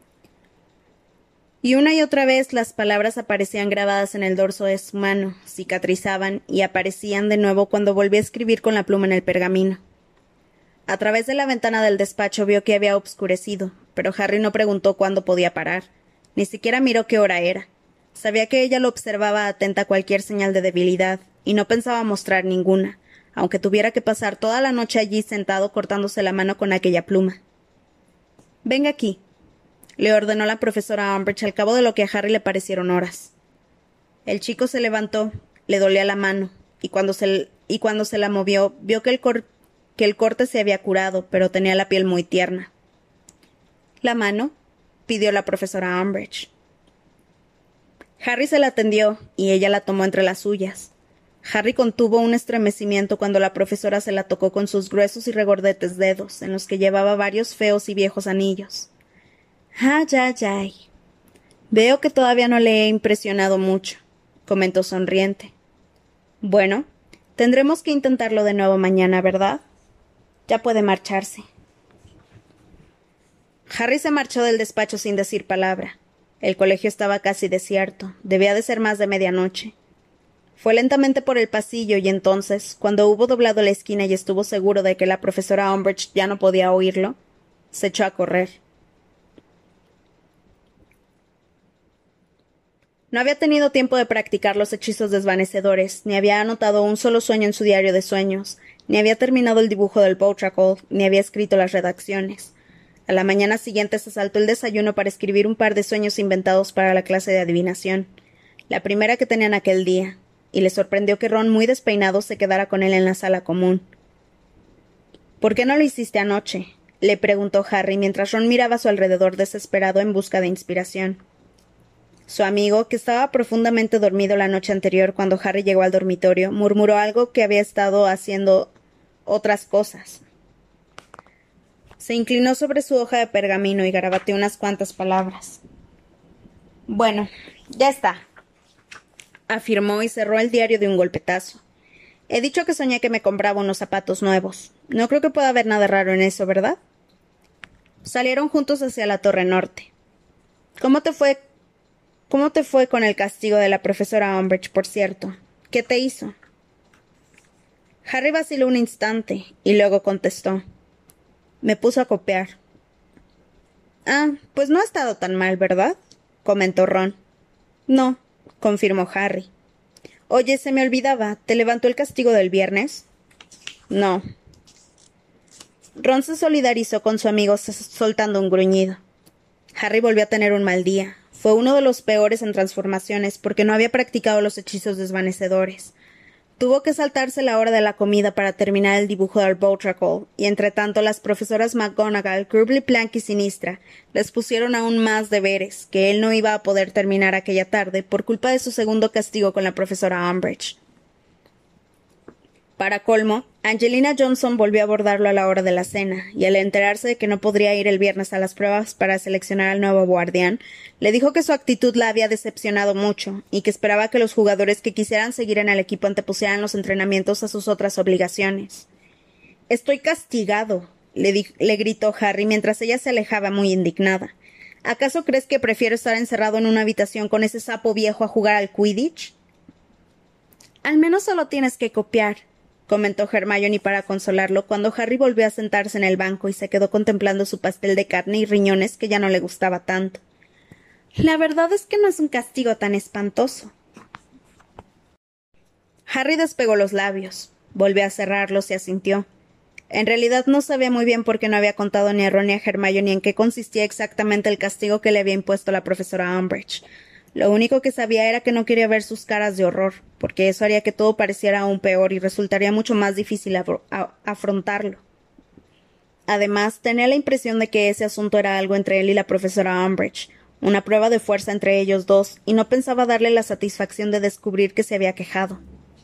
Y una y otra vez las palabras aparecían grabadas en el dorso de su mano, cicatrizaban y aparecían de nuevo cuando volvió a escribir con la pluma en el pergamino. A través de la ventana del despacho vio que había obscurecido, pero Harry no preguntó cuándo podía parar. Ni siquiera miró qué hora era. Sabía que ella lo observaba atenta a cualquier señal de debilidad, y no pensaba mostrar ninguna, aunque tuviera que pasar toda la noche allí sentado cortándose la mano con aquella pluma. «Venga aquí», le ordenó la profesora Umbridge al cabo de lo que a Harry le parecieron horas. El chico se levantó, le dolía la mano, y cuando se, y cuando se la movió, vio que el, cor que el corte se había curado, pero tenía la piel muy tierna. «¿La mano?», pidió la profesora Umbridge. Harry se la tendió, y ella la tomó entre las suyas. Harry contuvo un estremecimiento cuando la profesora se la tocó con sus gruesos y regordetes dedos, en los que llevaba varios feos y viejos anillos. «Ay, ay, ay. Veo que todavía no le he impresionado mucho», comentó sonriente. «Bueno, tendremos que intentarlo de nuevo mañana, ¿verdad? Ya puede marcharse». Harry se marchó del despacho sin decir palabra. El colegio estaba casi desierto. Debía de ser más de medianoche. Fue lentamente por el pasillo y entonces, cuando hubo doblado la esquina y estuvo seguro de que la profesora Umbridge ya no podía oírlo, se echó a correr. No había tenido tiempo de practicar los hechizos desvanecedores, ni había anotado un solo sueño en su diario de sueños, ni había terminado el dibujo del Boutracle, ni había escrito las redacciones. A la mañana siguiente se saltó el desayuno para escribir un par de sueños inventados para la clase de adivinación, la primera que tenían aquel día, y le sorprendió que Ron, muy despeinado, se quedara con él en la sala común. «¿Por qué no lo hiciste anoche?», le preguntó Harry mientras Ron miraba a su alrededor desesperado en busca de inspiración. Su amigo, que estaba profundamente dormido la noche anterior cuando Harry llegó al dormitorio, murmuró algo que había estado haciendo otras cosas. Se inclinó sobre su hoja de pergamino y garabateó unas cuantas palabras. «Bueno, ya está», afirmó y cerró el diario de un golpetazo. «He dicho que soñé que me compraba unos zapatos nuevos. No creo que pueda haber nada raro en eso, ¿verdad?» Salieron juntos hacia la torre norte. «¿Cómo te fue ¿Cómo te fue con el castigo de la profesora Umbridge, por cierto? ¿Qué te hizo?» Harry vaciló un instante y luego contestó. «Me puso a copiar». «Ah, pues no ha estado tan mal, ¿verdad?», comentó Ron. «No», confirmó Harry. «Oye, se me olvidaba, ¿te levantó el castigo del viernes?» «No». Ron se solidarizó con su amigo soltando un gruñido. Harry volvió a tener un mal día. Fue uno de los peores en transformaciones porque no había practicado los hechizos desvanecedores. Tuvo que saltarse la hora de la comida para terminar el dibujo del Boutracle, y entre tanto las profesoras McGonagall, Crumpley, Plank y Sinistra les pusieron aún más deberes que él no iba a poder terminar aquella tarde por culpa de su segundo castigo con la profesora Umbridge. Para colmo, Angelina Johnson volvió a abordarlo a la hora de la cena, y al enterarse de que no podría ir el viernes a las pruebas para seleccionar al nuevo guardián, le dijo que su actitud la había decepcionado mucho, y que esperaba que los jugadores que quisieran seguir en el equipo antepusieran los entrenamientos a sus otras obligaciones. «Estoy castigado», le, le gritó Harry mientras ella se alejaba muy indignada. «¿Acaso crees que prefiero estar encerrado en una habitación con ese sapo viejo a jugar al Quidditch?» «Al menos solo tienes que copiar», comentó Hermione para consolarlo cuando Harry volvió a sentarse en el banco y se quedó contemplando su pastel de carne y riñones que ya no le gustaba tanto. «La verdad es que no es un castigo tan espantoso». Harry despegó los labios, volvió a cerrarlos y asintió. En realidad no sabía muy bien por qué no había contado ni a Ron ni a Hermione en qué consistía exactamente el castigo que le había impuesto la profesora Umbridge. Lo único que sabía era que no quería ver sus caras de horror, porque eso haría que todo pareciera aún peor y resultaría mucho más difícil afrontarlo. Además, tenía la impresión de que ese asunto era algo entre él y la profesora Umbridge, una prueba de fuerza entre ellos dos, y no pensaba darle la satisfacción de descubrir que se había quejado.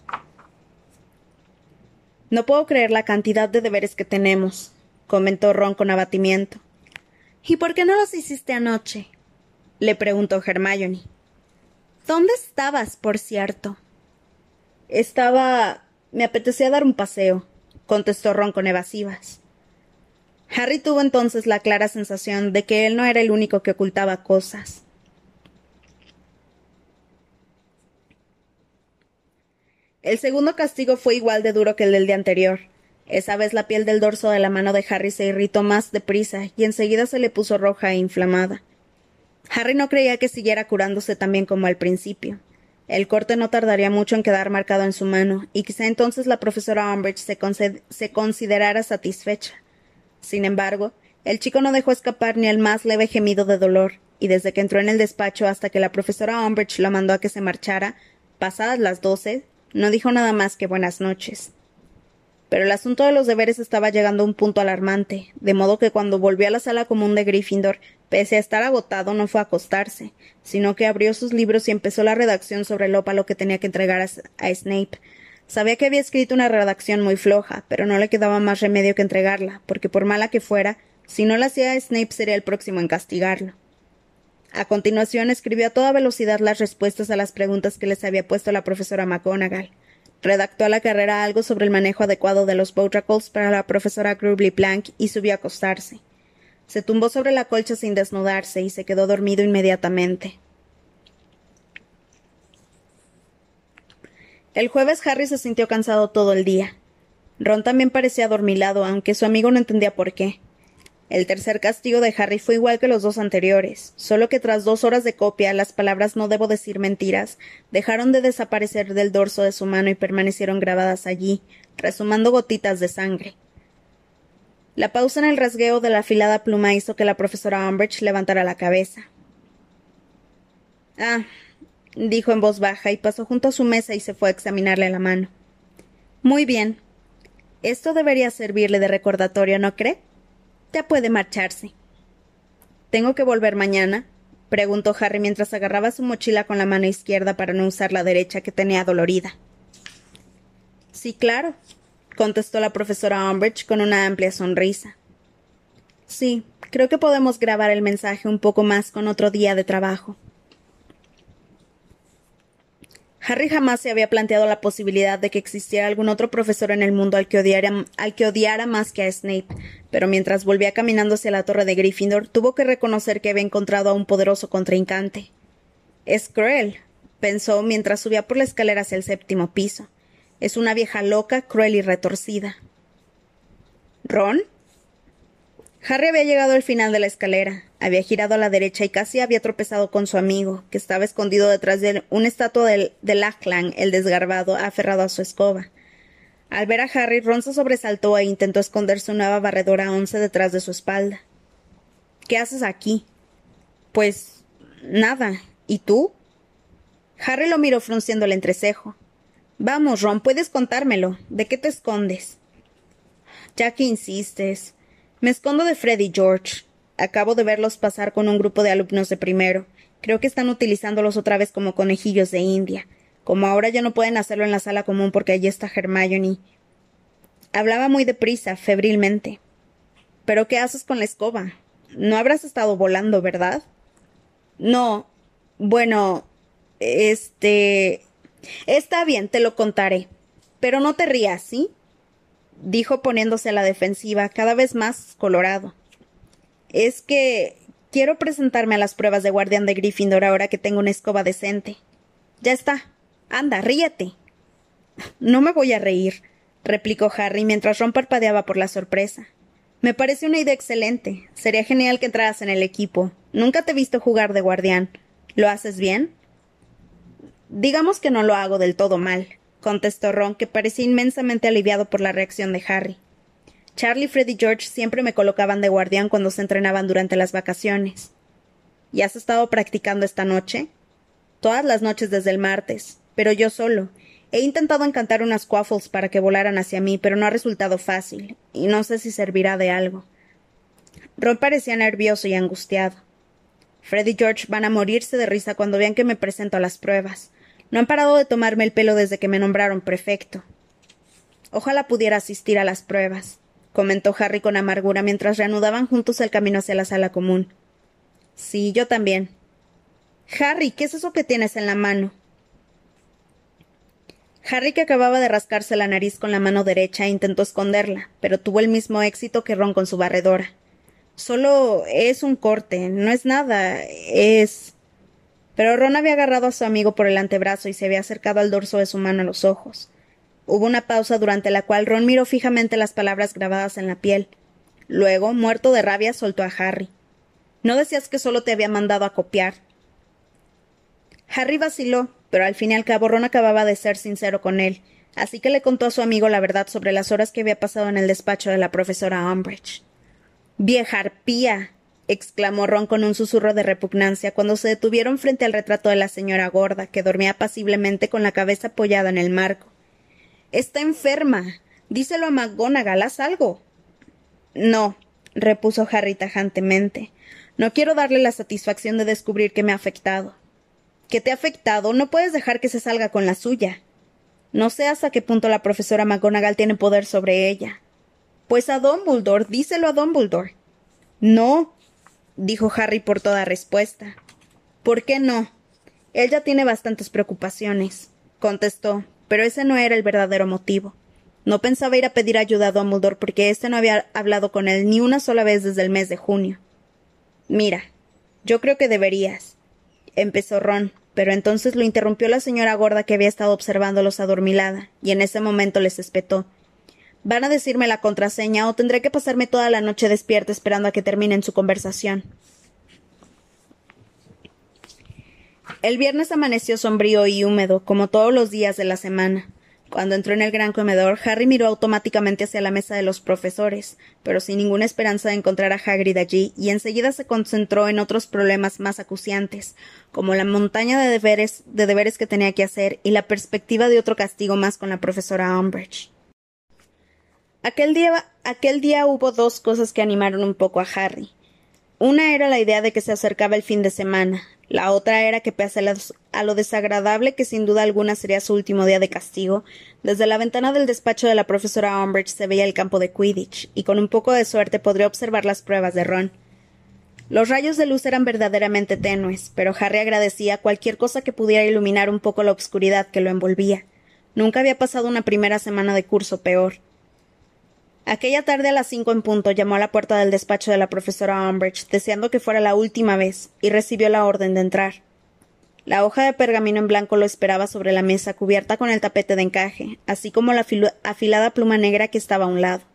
«No puedo creer la cantidad de deberes que tenemos», comentó Ron con abatimiento. «¿Y por qué no los hiciste anoche?», le preguntó Hermione. «¿Dónde estabas, por cierto?» «Estaba... me apetecía dar un paseo», contestó Ron con evasivas. Harry tuvo entonces la clara sensación de que él no era el único que ocultaba cosas. El segundo castigo fue igual de duro que el del día anterior. Esa vez la piel del dorso de la mano de Harry se irritó más deprisa y enseguida se le puso roja e inflamada. Harry no creía que siguiera curándose tan bien como al principio. El corte no tardaría mucho en quedar marcado en su mano, y quizá entonces la profesora Umbridge se, se considerara satisfecha. Sin embargo, el chico no dejó escapar ni el más leve gemido de dolor, y desde que entró en el despacho hasta que la profesora Umbridge lo mandó a que se marchara, pasadas las doce, no dijo nada más que buenas noches. Pero el asunto de los deberes estaba llegando a un punto alarmante, de modo que cuando volvió a la sala común de Gryffindor, pese a estar agotado, no fue a acostarse, sino que abrió sus libros y empezó la redacción sobre el ópalo que tenía que entregar a, a Snape. Sabía que había escrito una redacción muy floja, pero no le quedaba más remedio que entregarla, porque por mala que fuera, si no la hacía Snape sería el próximo en castigarlo. A continuación escribió a toda velocidad las respuestas a las preguntas que les había puesto la profesora McGonagall. Redactó a la carrera algo sobre el manejo adecuado de los Bowdracles para la profesora Grubly Blank y subió a acostarse. Se tumbó sobre la colcha sin desnudarse y se quedó dormido inmediatamente. El jueves Harry se sintió cansado todo el día. Ron también parecía adormilado, aunque su amigo no entendía por qué. El tercer castigo de Harry fue igual que los dos anteriores, solo que tras dos horas de copia las palabras «no debo decir mentiras» dejaron de desaparecer del dorso de su mano y permanecieron grabadas allí, resumando gotitas de sangre. La pausa en el rasgueo de la afilada pluma hizo que la profesora Umbridge levantara la cabeza. «Ah», dijo en voz baja y pasó junto a su mesa y se fue a examinarle la mano. «Muy bien. Esto debería servirle de recordatorio, ¿no cree? Ya puede marcharse». «¿Tengo que volver mañana?», preguntó Harry mientras agarraba su mochila con la mano izquierda para no usar la derecha que tenía dolorida. «Sí, claro», contestó la profesora Umbridge con una amplia sonrisa. «Sí, creo que podemos grabar el mensaje un poco más con otro día de trabajo». Harry jamás se había planteado la posibilidad de que existiera algún otro profesor en el mundo al que odiara, al que odiara más que a Snape, pero mientras volvía caminando hacia la torre de Gryffindor, tuvo que reconocer que había encontrado a un poderoso contrincante. «Es cruel», pensó mientras subía por la escalera hacia el séptimo piso. «Es una vieja loca, cruel y retorcida». «¿Ron?» Harry había llegado al final de la escalera, había girado a la derecha y casi había tropezado con su amigo, que estaba escondido detrás de una estatua del, del Lachlan, el desgarbado, aferrado a su escoba. Al ver a Harry, Ron se sobresaltó e intentó esconder su nueva barredora once detrás de su espalda. «¿Qué haces aquí?» «Pues... nada. ¿Y tú?» Harry lo miró frunciendo el entrecejo. «Vamos, Ron, puedes contármelo. ¿De qué te escondes?» «Ya que insistes. Me escondo de Fred y George. Acabo de verlos pasar con un grupo de alumnos de primero. Creo que están utilizándolos otra vez como conejillos de India. Como ahora ya no pueden hacerlo en la sala común porque allí está Hermione». Hablaba muy deprisa, febrilmente. «¿Pero qué haces con la escoba? No habrás estado volando, ¿verdad?» «No. Bueno... este... Está bien, te lo contaré. Pero no te rías, ¿sí?», dijo poniéndose a la defensiva, cada vez más colorado. «Es que quiero presentarme a las pruebas de guardián de Gryffindor ahora que tengo una escoba decente. Ya está. Anda, ríete». «No me voy a reír», replicó Harry mientras Ron parpadeaba por la sorpresa. «Me parece una idea excelente. Sería genial que entraras en el equipo. Nunca te he visto jugar de guardián. ¿Lo haces bien?» «Digamos que no lo hago del todo mal», contestó Ron, que parecía inmensamente aliviado por la reacción de Harry. Charlie, Fred y George siempre me colocaban de guardián cuando se entrenaban durante las vacaciones. ¿Y has estado practicando esta noche? Todas las noches desde el martes, pero yo solo. He intentado encantar unas quaffles para que volaran hacia mí, pero no ha resultado fácil, y no sé si servirá de algo. Ron parecía nervioso y angustiado. Fred y George van a morirse de risa cuando vean que me presento a las pruebas. No han parado de tomarme el pelo desde que me nombraron prefecto. Ojalá pudiera asistir a las pruebas, comentó Harry con amargura mientras reanudaban juntos el camino hacia la sala común. Sí, yo también. Harry, ¿qué es eso que tienes en la mano? Harry, que acababa de rascarse la nariz con la mano derecha, intentó esconderla, pero tuvo el mismo éxito que Ron con su barredora. Solo es un corte, no es nada, es... Pero Ron había agarrado a su amigo por el antebrazo y se había acercado al dorso de su mano a los ojos. Hubo una pausa durante la cual Ron miró fijamente las palabras grabadas en la piel. Luego, muerto de rabia, soltó a Harry. ¿No decías que solo te había mandado a copiar? Harry vaciló, pero al fin y al cabo Ron acababa de ser sincero con él, así que le contó a su amigo la verdad sobre las horas que había pasado en el despacho de la profesora Umbridge. «¡Vieja arpía!», exclamó Ron con un susurro de repugnancia cuando se detuvieron frente al retrato de la señora gorda, que dormía apaciblemente con la cabeza apoyada en el marco. «Está enferma. Díselo a McGonagall, haz algo». «No», repuso Harry tajantemente. «No quiero darle la satisfacción de descubrir que me ha afectado». «¿Qué te ha afectado? No puedes dejar que se salga con la suya». «No sé hasta qué punto la profesora McGonagall tiene poder sobre ella». «Pues a Dumbledore, díselo a Dumbledore». «No», dijo Harry por toda respuesta. «¿Por qué no? Él ya tiene bastantes preocupaciones», contestó, pero ese no era el verdadero motivo. No pensaba ir a pedir ayuda a Dumbledore porque éste no había hablado con él ni una sola vez desde el mes de junio. «Mira, yo creo que deberías», empezó Ron, pero entonces lo interrumpió la señora gorda que había estado observándolos adormilada, y en ese momento les espetó. «Van a decirme la contraseña o tendré que pasarme toda la noche despierta esperando a que terminen su conversación». El viernes amaneció sombrío y húmedo, como todos los días de la semana. Cuando entró en el gran comedor, Harry miró automáticamente hacia la mesa de los profesores, pero sin ninguna esperanza de encontrar a Hagrid allí, y enseguida se concentró en otros problemas más acuciantes, como la montaña de deberes, de deberes que tenía que hacer y la perspectiva de otro castigo más con la profesora Umbridge. Aquel día, aquel día hubo dos cosas que animaron un poco a Harry. Una era la idea de que se acercaba el fin de semana. La otra era que, pese a lo desagradable que sin duda alguna sería su último día de castigo, desde la ventana del despacho de la profesora Umbridge se veía el campo de Quidditch, y con un poco de suerte podría observar las pruebas de Ron. Los rayos de luz eran verdaderamente tenues, pero Harry agradecía cualquier cosa que pudiera iluminar un poco la obscuridad que lo envolvía. Nunca había pasado una primera semana de curso peor. Aquella tarde a las cinco en punto llamó a la puerta del despacho de la profesora Umbridge, deseando que fuera la última vez, y recibió la orden de entrar. La hoja de pergamino en blanco lo esperaba sobre la mesa, cubierta con el tapete de encaje, así como la afilada pluma negra que estaba a un lado.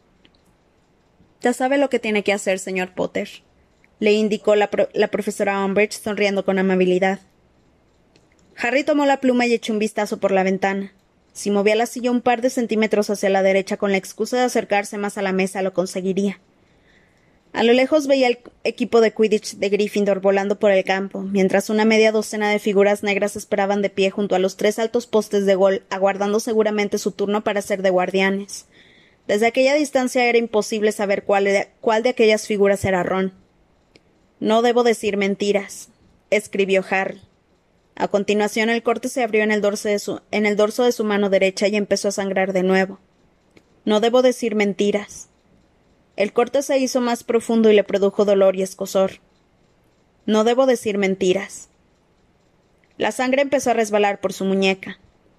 «Ya sabe lo que tiene que hacer, señor Potter», le indicó la, pro la profesora Umbridge, sonriendo con amabilidad. Harry tomó la pluma y echó un vistazo por la ventana. Si movía la silla un par de centímetros hacia la derecha con la excusa de acercarse más a la mesa, lo conseguiría. A lo lejos veía el equipo de Quidditch de Gryffindor volando por el campo, mientras una media docena de figuras negras esperaban de pie junto a los tres altos postes de gol, aguardando seguramente su turno para ser de guardianes. Desde aquella distancia era imposible saber cuál de, cuál de aquellas figuras era Ron. «No debo decir mentiras», escribió Harry. A continuación el corte se abrió en el, dorso de su, en el dorso de su mano derecha y empezó a sangrar de nuevo. «No debo decir mentiras». El corte se hizo más profundo y le produjo dolor y escozor. «No debo decir mentiras». La sangre empezó a resbalar por su muñeca.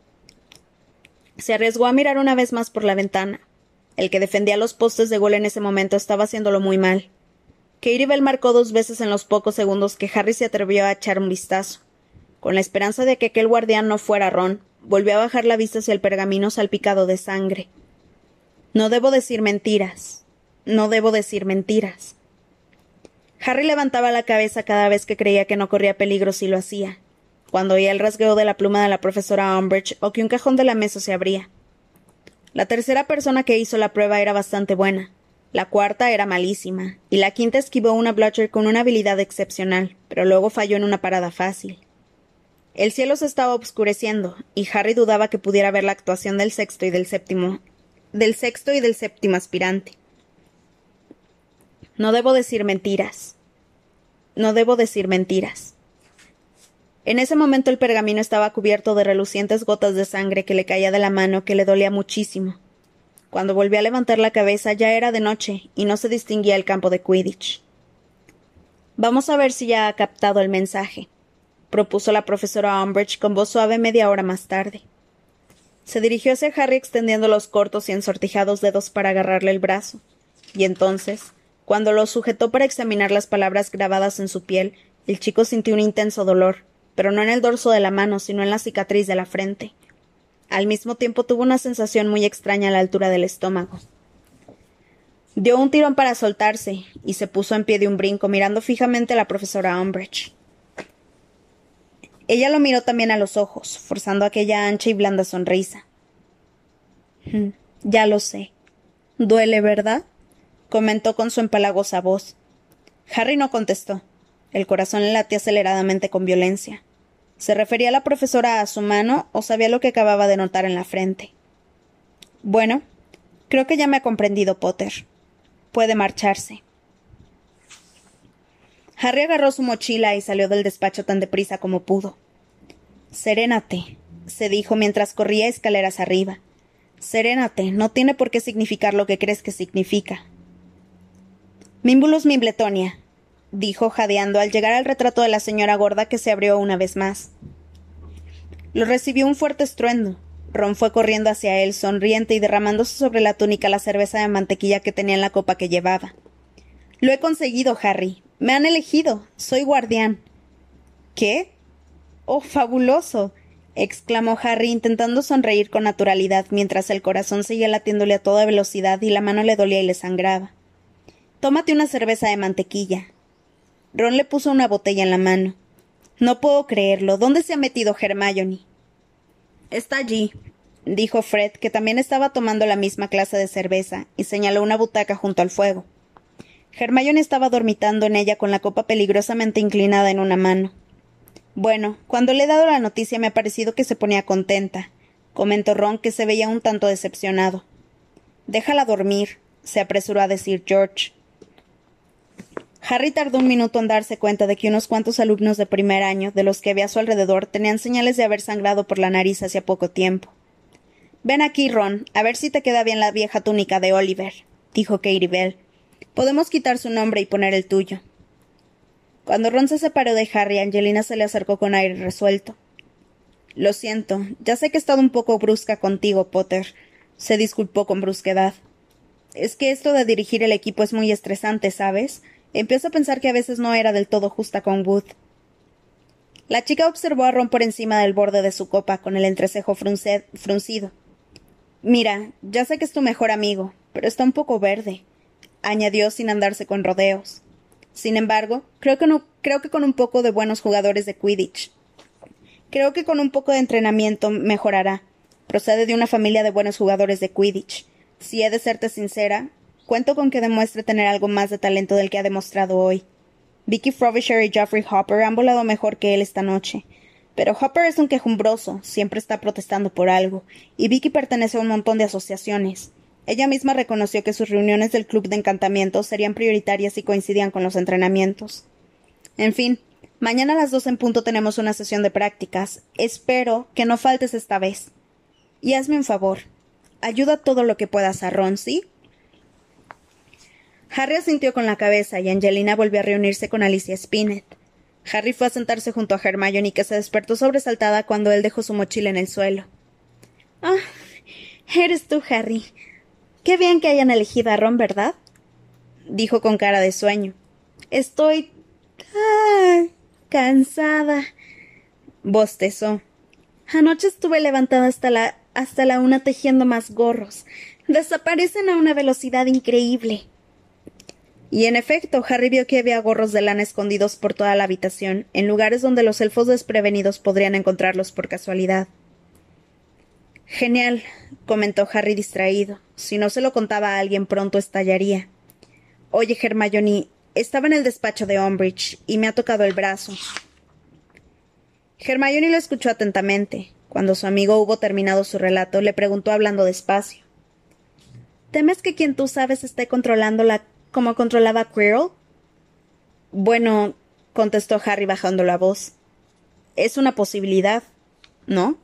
Se arriesgó a mirar una vez más por la ventana. El que defendía los postes de gol en ese momento estaba haciéndolo muy mal. Katie Bell marcó dos veces en los pocos segundos que Harry se atrevió a echar un vistazo. Con la esperanza de que aquel guardián no fuera Ron, volvió a bajar la vista hacia el pergamino salpicado de sangre. «No debo decir mentiras. No debo decir mentiras». Harry levantaba la cabeza cada vez que creía que no corría peligro si lo hacía, cuando oía el rasgueo de la pluma de la profesora Umbridge o que un cajón de la mesa se abría. La tercera persona que hizo la prueba era bastante buena. La cuarta era malísima, y la quinta esquivó una Bludger con una habilidad excepcional, pero luego falló en una parada fácil. El cielo se estaba obscureciendo, y Harry dudaba que pudiera ver la actuación del sexto y del séptimo, del sexto y del séptimo aspirante. No debo decir mentiras. No debo decir mentiras. En ese momento el pergamino estaba cubierto de relucientes gotas de sangre que le caía de la mano, que le dolía muchísimo. Cuando volvió a levantar la cabeza ya era de noche y no se distinguía el campo de Quidditch. Vamos a ver si ya ha captado el mensaje, propuso la profesora Umbridge con voz suave media hora más tarde. Se dirigió hacia Harry extendiendo los cortos y ensortijados dedos para agarrarle el brazo, y entonces, cuando lo sujetó para examinar las palabras grabadas en su piel, el chico sintió un intenso dolor, pero no en el dorso de la mano, sino en la cicatriz de la frente. Al mismo tiempo tuvo una sensación muy extraña a la altura del estómago. Dio un tirón para soltarse, y se puso en pie de un brinco, mirando fijamente a la profesora Umbridge. Ella lo miró también a los ojos, forzando aquella ancha y blanda sonrisa. Ya lo sé. Duele, ¿verdad? Comentó con su empalagosa voz. Harry no contestó. El corazón le latía aceleradamente con violencia. ¿Se refería la profesora a su mano o sabía lo que acababa de notar en la frente? Bueno, creo que ya me ha comprendido, Potter. Puede marcharse. Harry agarró su mochila y salió del despacho tan deprisa como pudo. Serénate, se dijo mientras corría escaleras arriba. Serénate, no tiene por qué significar lo que crees que significa. Mimbulus Mimbletonia, dijo jadeando al llegar al retrato de la señora gorda que se abrió una vez más. Lo recibió un fuerte estruendo. Ron fue corriendo hacia él, sonriente y derramándose sobre la túnica la cerveza de mantequilla que tenía en la copa que llevaba. Lo he conseguido, Harry. Me han elegido. Soy guardián. ¿Qué? ¡Oh, fabuloso! Exclamó Harry intentando sonreír con naturalidad mientras el corazón seguía latiéndole a toda velocidad y la mano le dolía y le sangraba. Tómate una cerveza de mantequilla. Ron le puso una botella en la mano. No puedo creerlo. ¿Dónde se ha metido Hermione? Está allí, dijo Fred, que también estaba tomando la misma clase de cerveza, y señaló una butaca junto al fuego. Hermione estaba dormitando en ella con la copa peligrosamente inclinada en una mano. Bueno, cuando le he dado la noticia me ha parecido que se ponía contenta, comentó Ron, que se veía un tanto decepcionado. Déjala dormir, se apresuró a decir George. Harry tardó un minuto en darse cuenta de que unos cuantos alumnos de primer año, de los que había a su alrededor, tenían señales de haber sangrado por la nariz hacía poco tiempo. Ven aquí, Ron, a ver si te queda bien la vieja túnica de Oliver, dijo Katie Bell. Podemos quitar su nombre y poner el tuyo. Cuando Ron se separó de Harry, Angelina se le acercó con aire resuelto. Lo siento, ya sé que he estado un poco brusca contigo, Potter, se disculpó con brusquedad. Es que esto de dirigir el equipo es muy estresante, ¿sabes? Empiezo a pensar que a veces no era del todo justa con Wood. La chica observó a Ron por encima del borde de su copa, con el entrecejo fruncido. Mira, ya sé que es tu mejor amigo, pero está un poco verde, añadió sin andarse con rodeos. Sin embargo, creo que, no, creo que con un poco de buenos jugadores de Quidditch. Creo que con un poco de entrenamiento mejorará. Procede de una familia de buenos jugadores de Quidditch. Si he de serte sincera, cuento con que demuestre tener algo más de talento del que ha demostrado hoy. Vicky Frobisher y Geoffrey Hopper han volado mejor que él esta noche. Pero Hopper es un quejumbroso, siempre está protestando por algo, y Vicky pertenece a un montón de asociaciones. Ella misma reconoció que sus reuniones del club de encantamientos serían prioritarias y coincidían con los entrenamientos. En fin, mañana a las dos en punto tenemos una sesión de prácticas. Espero que no faltes esta vez. Y hazme un favor. Ayuda todo lo que puedas a Ron, ¿sí? Harry asintió con la cabeza y Angelina volvió a reunirse con Alicia Spinnet. Harry fue a sentarse junto a Hermione, que se despertó sobresaltada cuando él dejó su mochila en el suelo. «Ah, eres tú, Harry. Qué bien que hayan elegido a Ron, ¿verdad?», dijo con cara de sueño. «Estoy... ah, cansada», bostezó. «Anoche estuve levantada hasta la... hasta la una tejiendo más gorros. Desaparecen a una velocidad increíble». Y en efecto, Harry vio que había gorros de lana escondidos por toda la habitación, en lugares donde los elfos desprevenidos podrían encontrarlos por casualidad. «Genial», comentó Harry distraído. Si no se lo contaba a alguien pronto estallaría. Oye, Hermione, estaba en el despacho de Umbridge y me ha tocado el brazo. Hermione lo escuchó atentamente. Cuando su amigo hubo terminado su relato, le preguntó hablando despacio. ¿Temes que quien tú sabes esté controlándola como controlaba a Quirrell? Bueno, contestó Harry bajando la voz. Es una posibilidad, ¿no?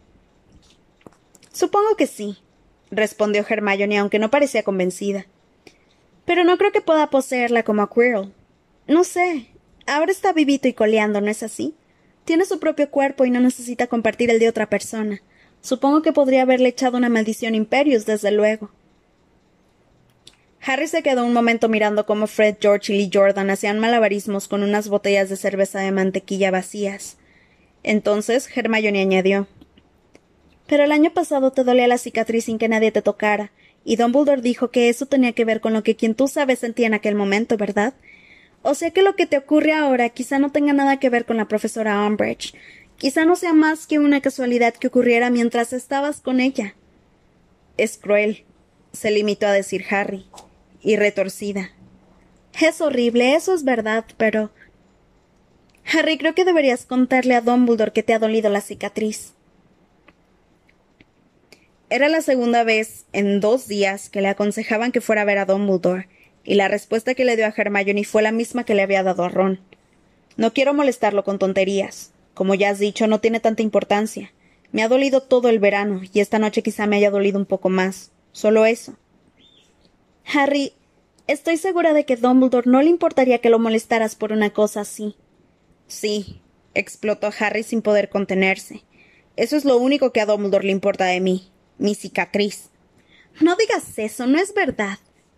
Supongo que sí, respondió Hermione, aunque no parecía convencida. Pero no creo que pueda poseerla como a Quirrell. No sé, ahora está vivito y coleando, ¿no es así? Tiene su propio cuerpo y no necesita compartir el de otra persona. Supongo que podría haberle echado una maldición Imperius, desde luego. Harry se quedó un momento mirando cómo Fred, George y Lee Jordan hacían malabarismos con unas botellas de cerveza de mantequilla vacías. Entonces Hermione añadió: Pero el año pasado te dolía la cicatriz sin que nadie te tocara, y Dumbledore dijo que eso tenía que ver con lo que quien tú sabes sentía en aquel momento, ¿verdad? O sea que lo que te ocurre ahora quizá no tenga nada que ver con la profesora Umbridge. Quizá no sea más que una casualidad que ocurriera mientras estabas con ella. Es cruel, se limitó a decir Harry, y retorcida. Es horrible, eso es verdad, pero... Harry, creo que deberías contarle a Dumbledore que te ha dolido la cicatriz. Era la segunda vez en dos días que le aconsejaban que fuera a ver a Dumbledore, y la respuesta que le dio a Hermione fue la misma que le había dado a Ron. No quiero molestarlo con tonterías. Como ya has dicho, no tiene tanta importancia. Me ha dolido todo el verano, y esta noche quizá me haya dolido un poco más. Solo eso. Harry, estoy segura de que Dumbledore no le importaría que lo molestaras por una cosa así. Sí, explotó Harry sin poder contenerse. Eso es lo único que a Dumbledore le importa de mí. Mi cicatriz. No digas eso, no es verdad.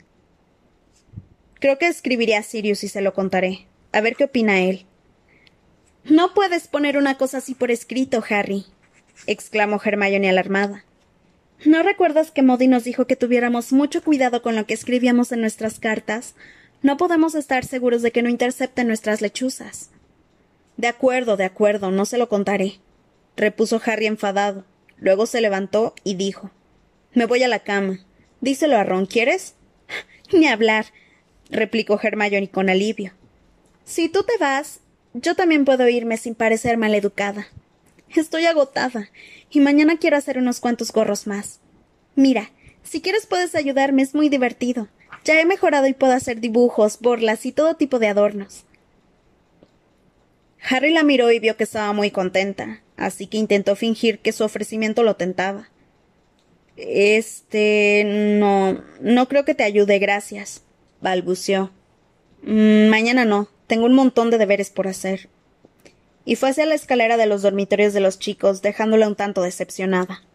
Creo que escribiré a Sirius y se lo contaré. A ver qué opina él. No puedes poner una cosa así por escrito, Harry, exclamó Hermione alarmada. ¿No recuerdas que Modi nos dijo que tuviéramos mucho cuidado con lo que escribíamos en nuestras cartas? No podemos estar seguros de que no intercepten nuestras lechuzas. De acuerdo, de acuerdo, no se lo contaré, repuso Harry enfadado. Luego se levantó y dijo: Me voy a la cama. Díselo a Ron, ¿quieres? Ni hablar, replicó Hermione con alivio. Si tú te vas, yo también puedo irme sin parecer maleducada. Estoy agotada, y mañana quiero hacer unos cuantos gorros más. Mira, si quieres puedes ayudarme, es muy divertido. Ya he mejorado y puedo hacer dibujos, borlas y todo tipo de adornos. Harry la miró y vio que estaba muy contenta, así que intentó fingir que su ofrecimiento lo tentaba. Este... no... no creo que te ayude, gracias, balbuceó. Mm, mañana no, tengo un montón de deberes por hacer. Y fue hacia la escalera de los dormitorios de los chicos, dejándola un tanto decepcionada.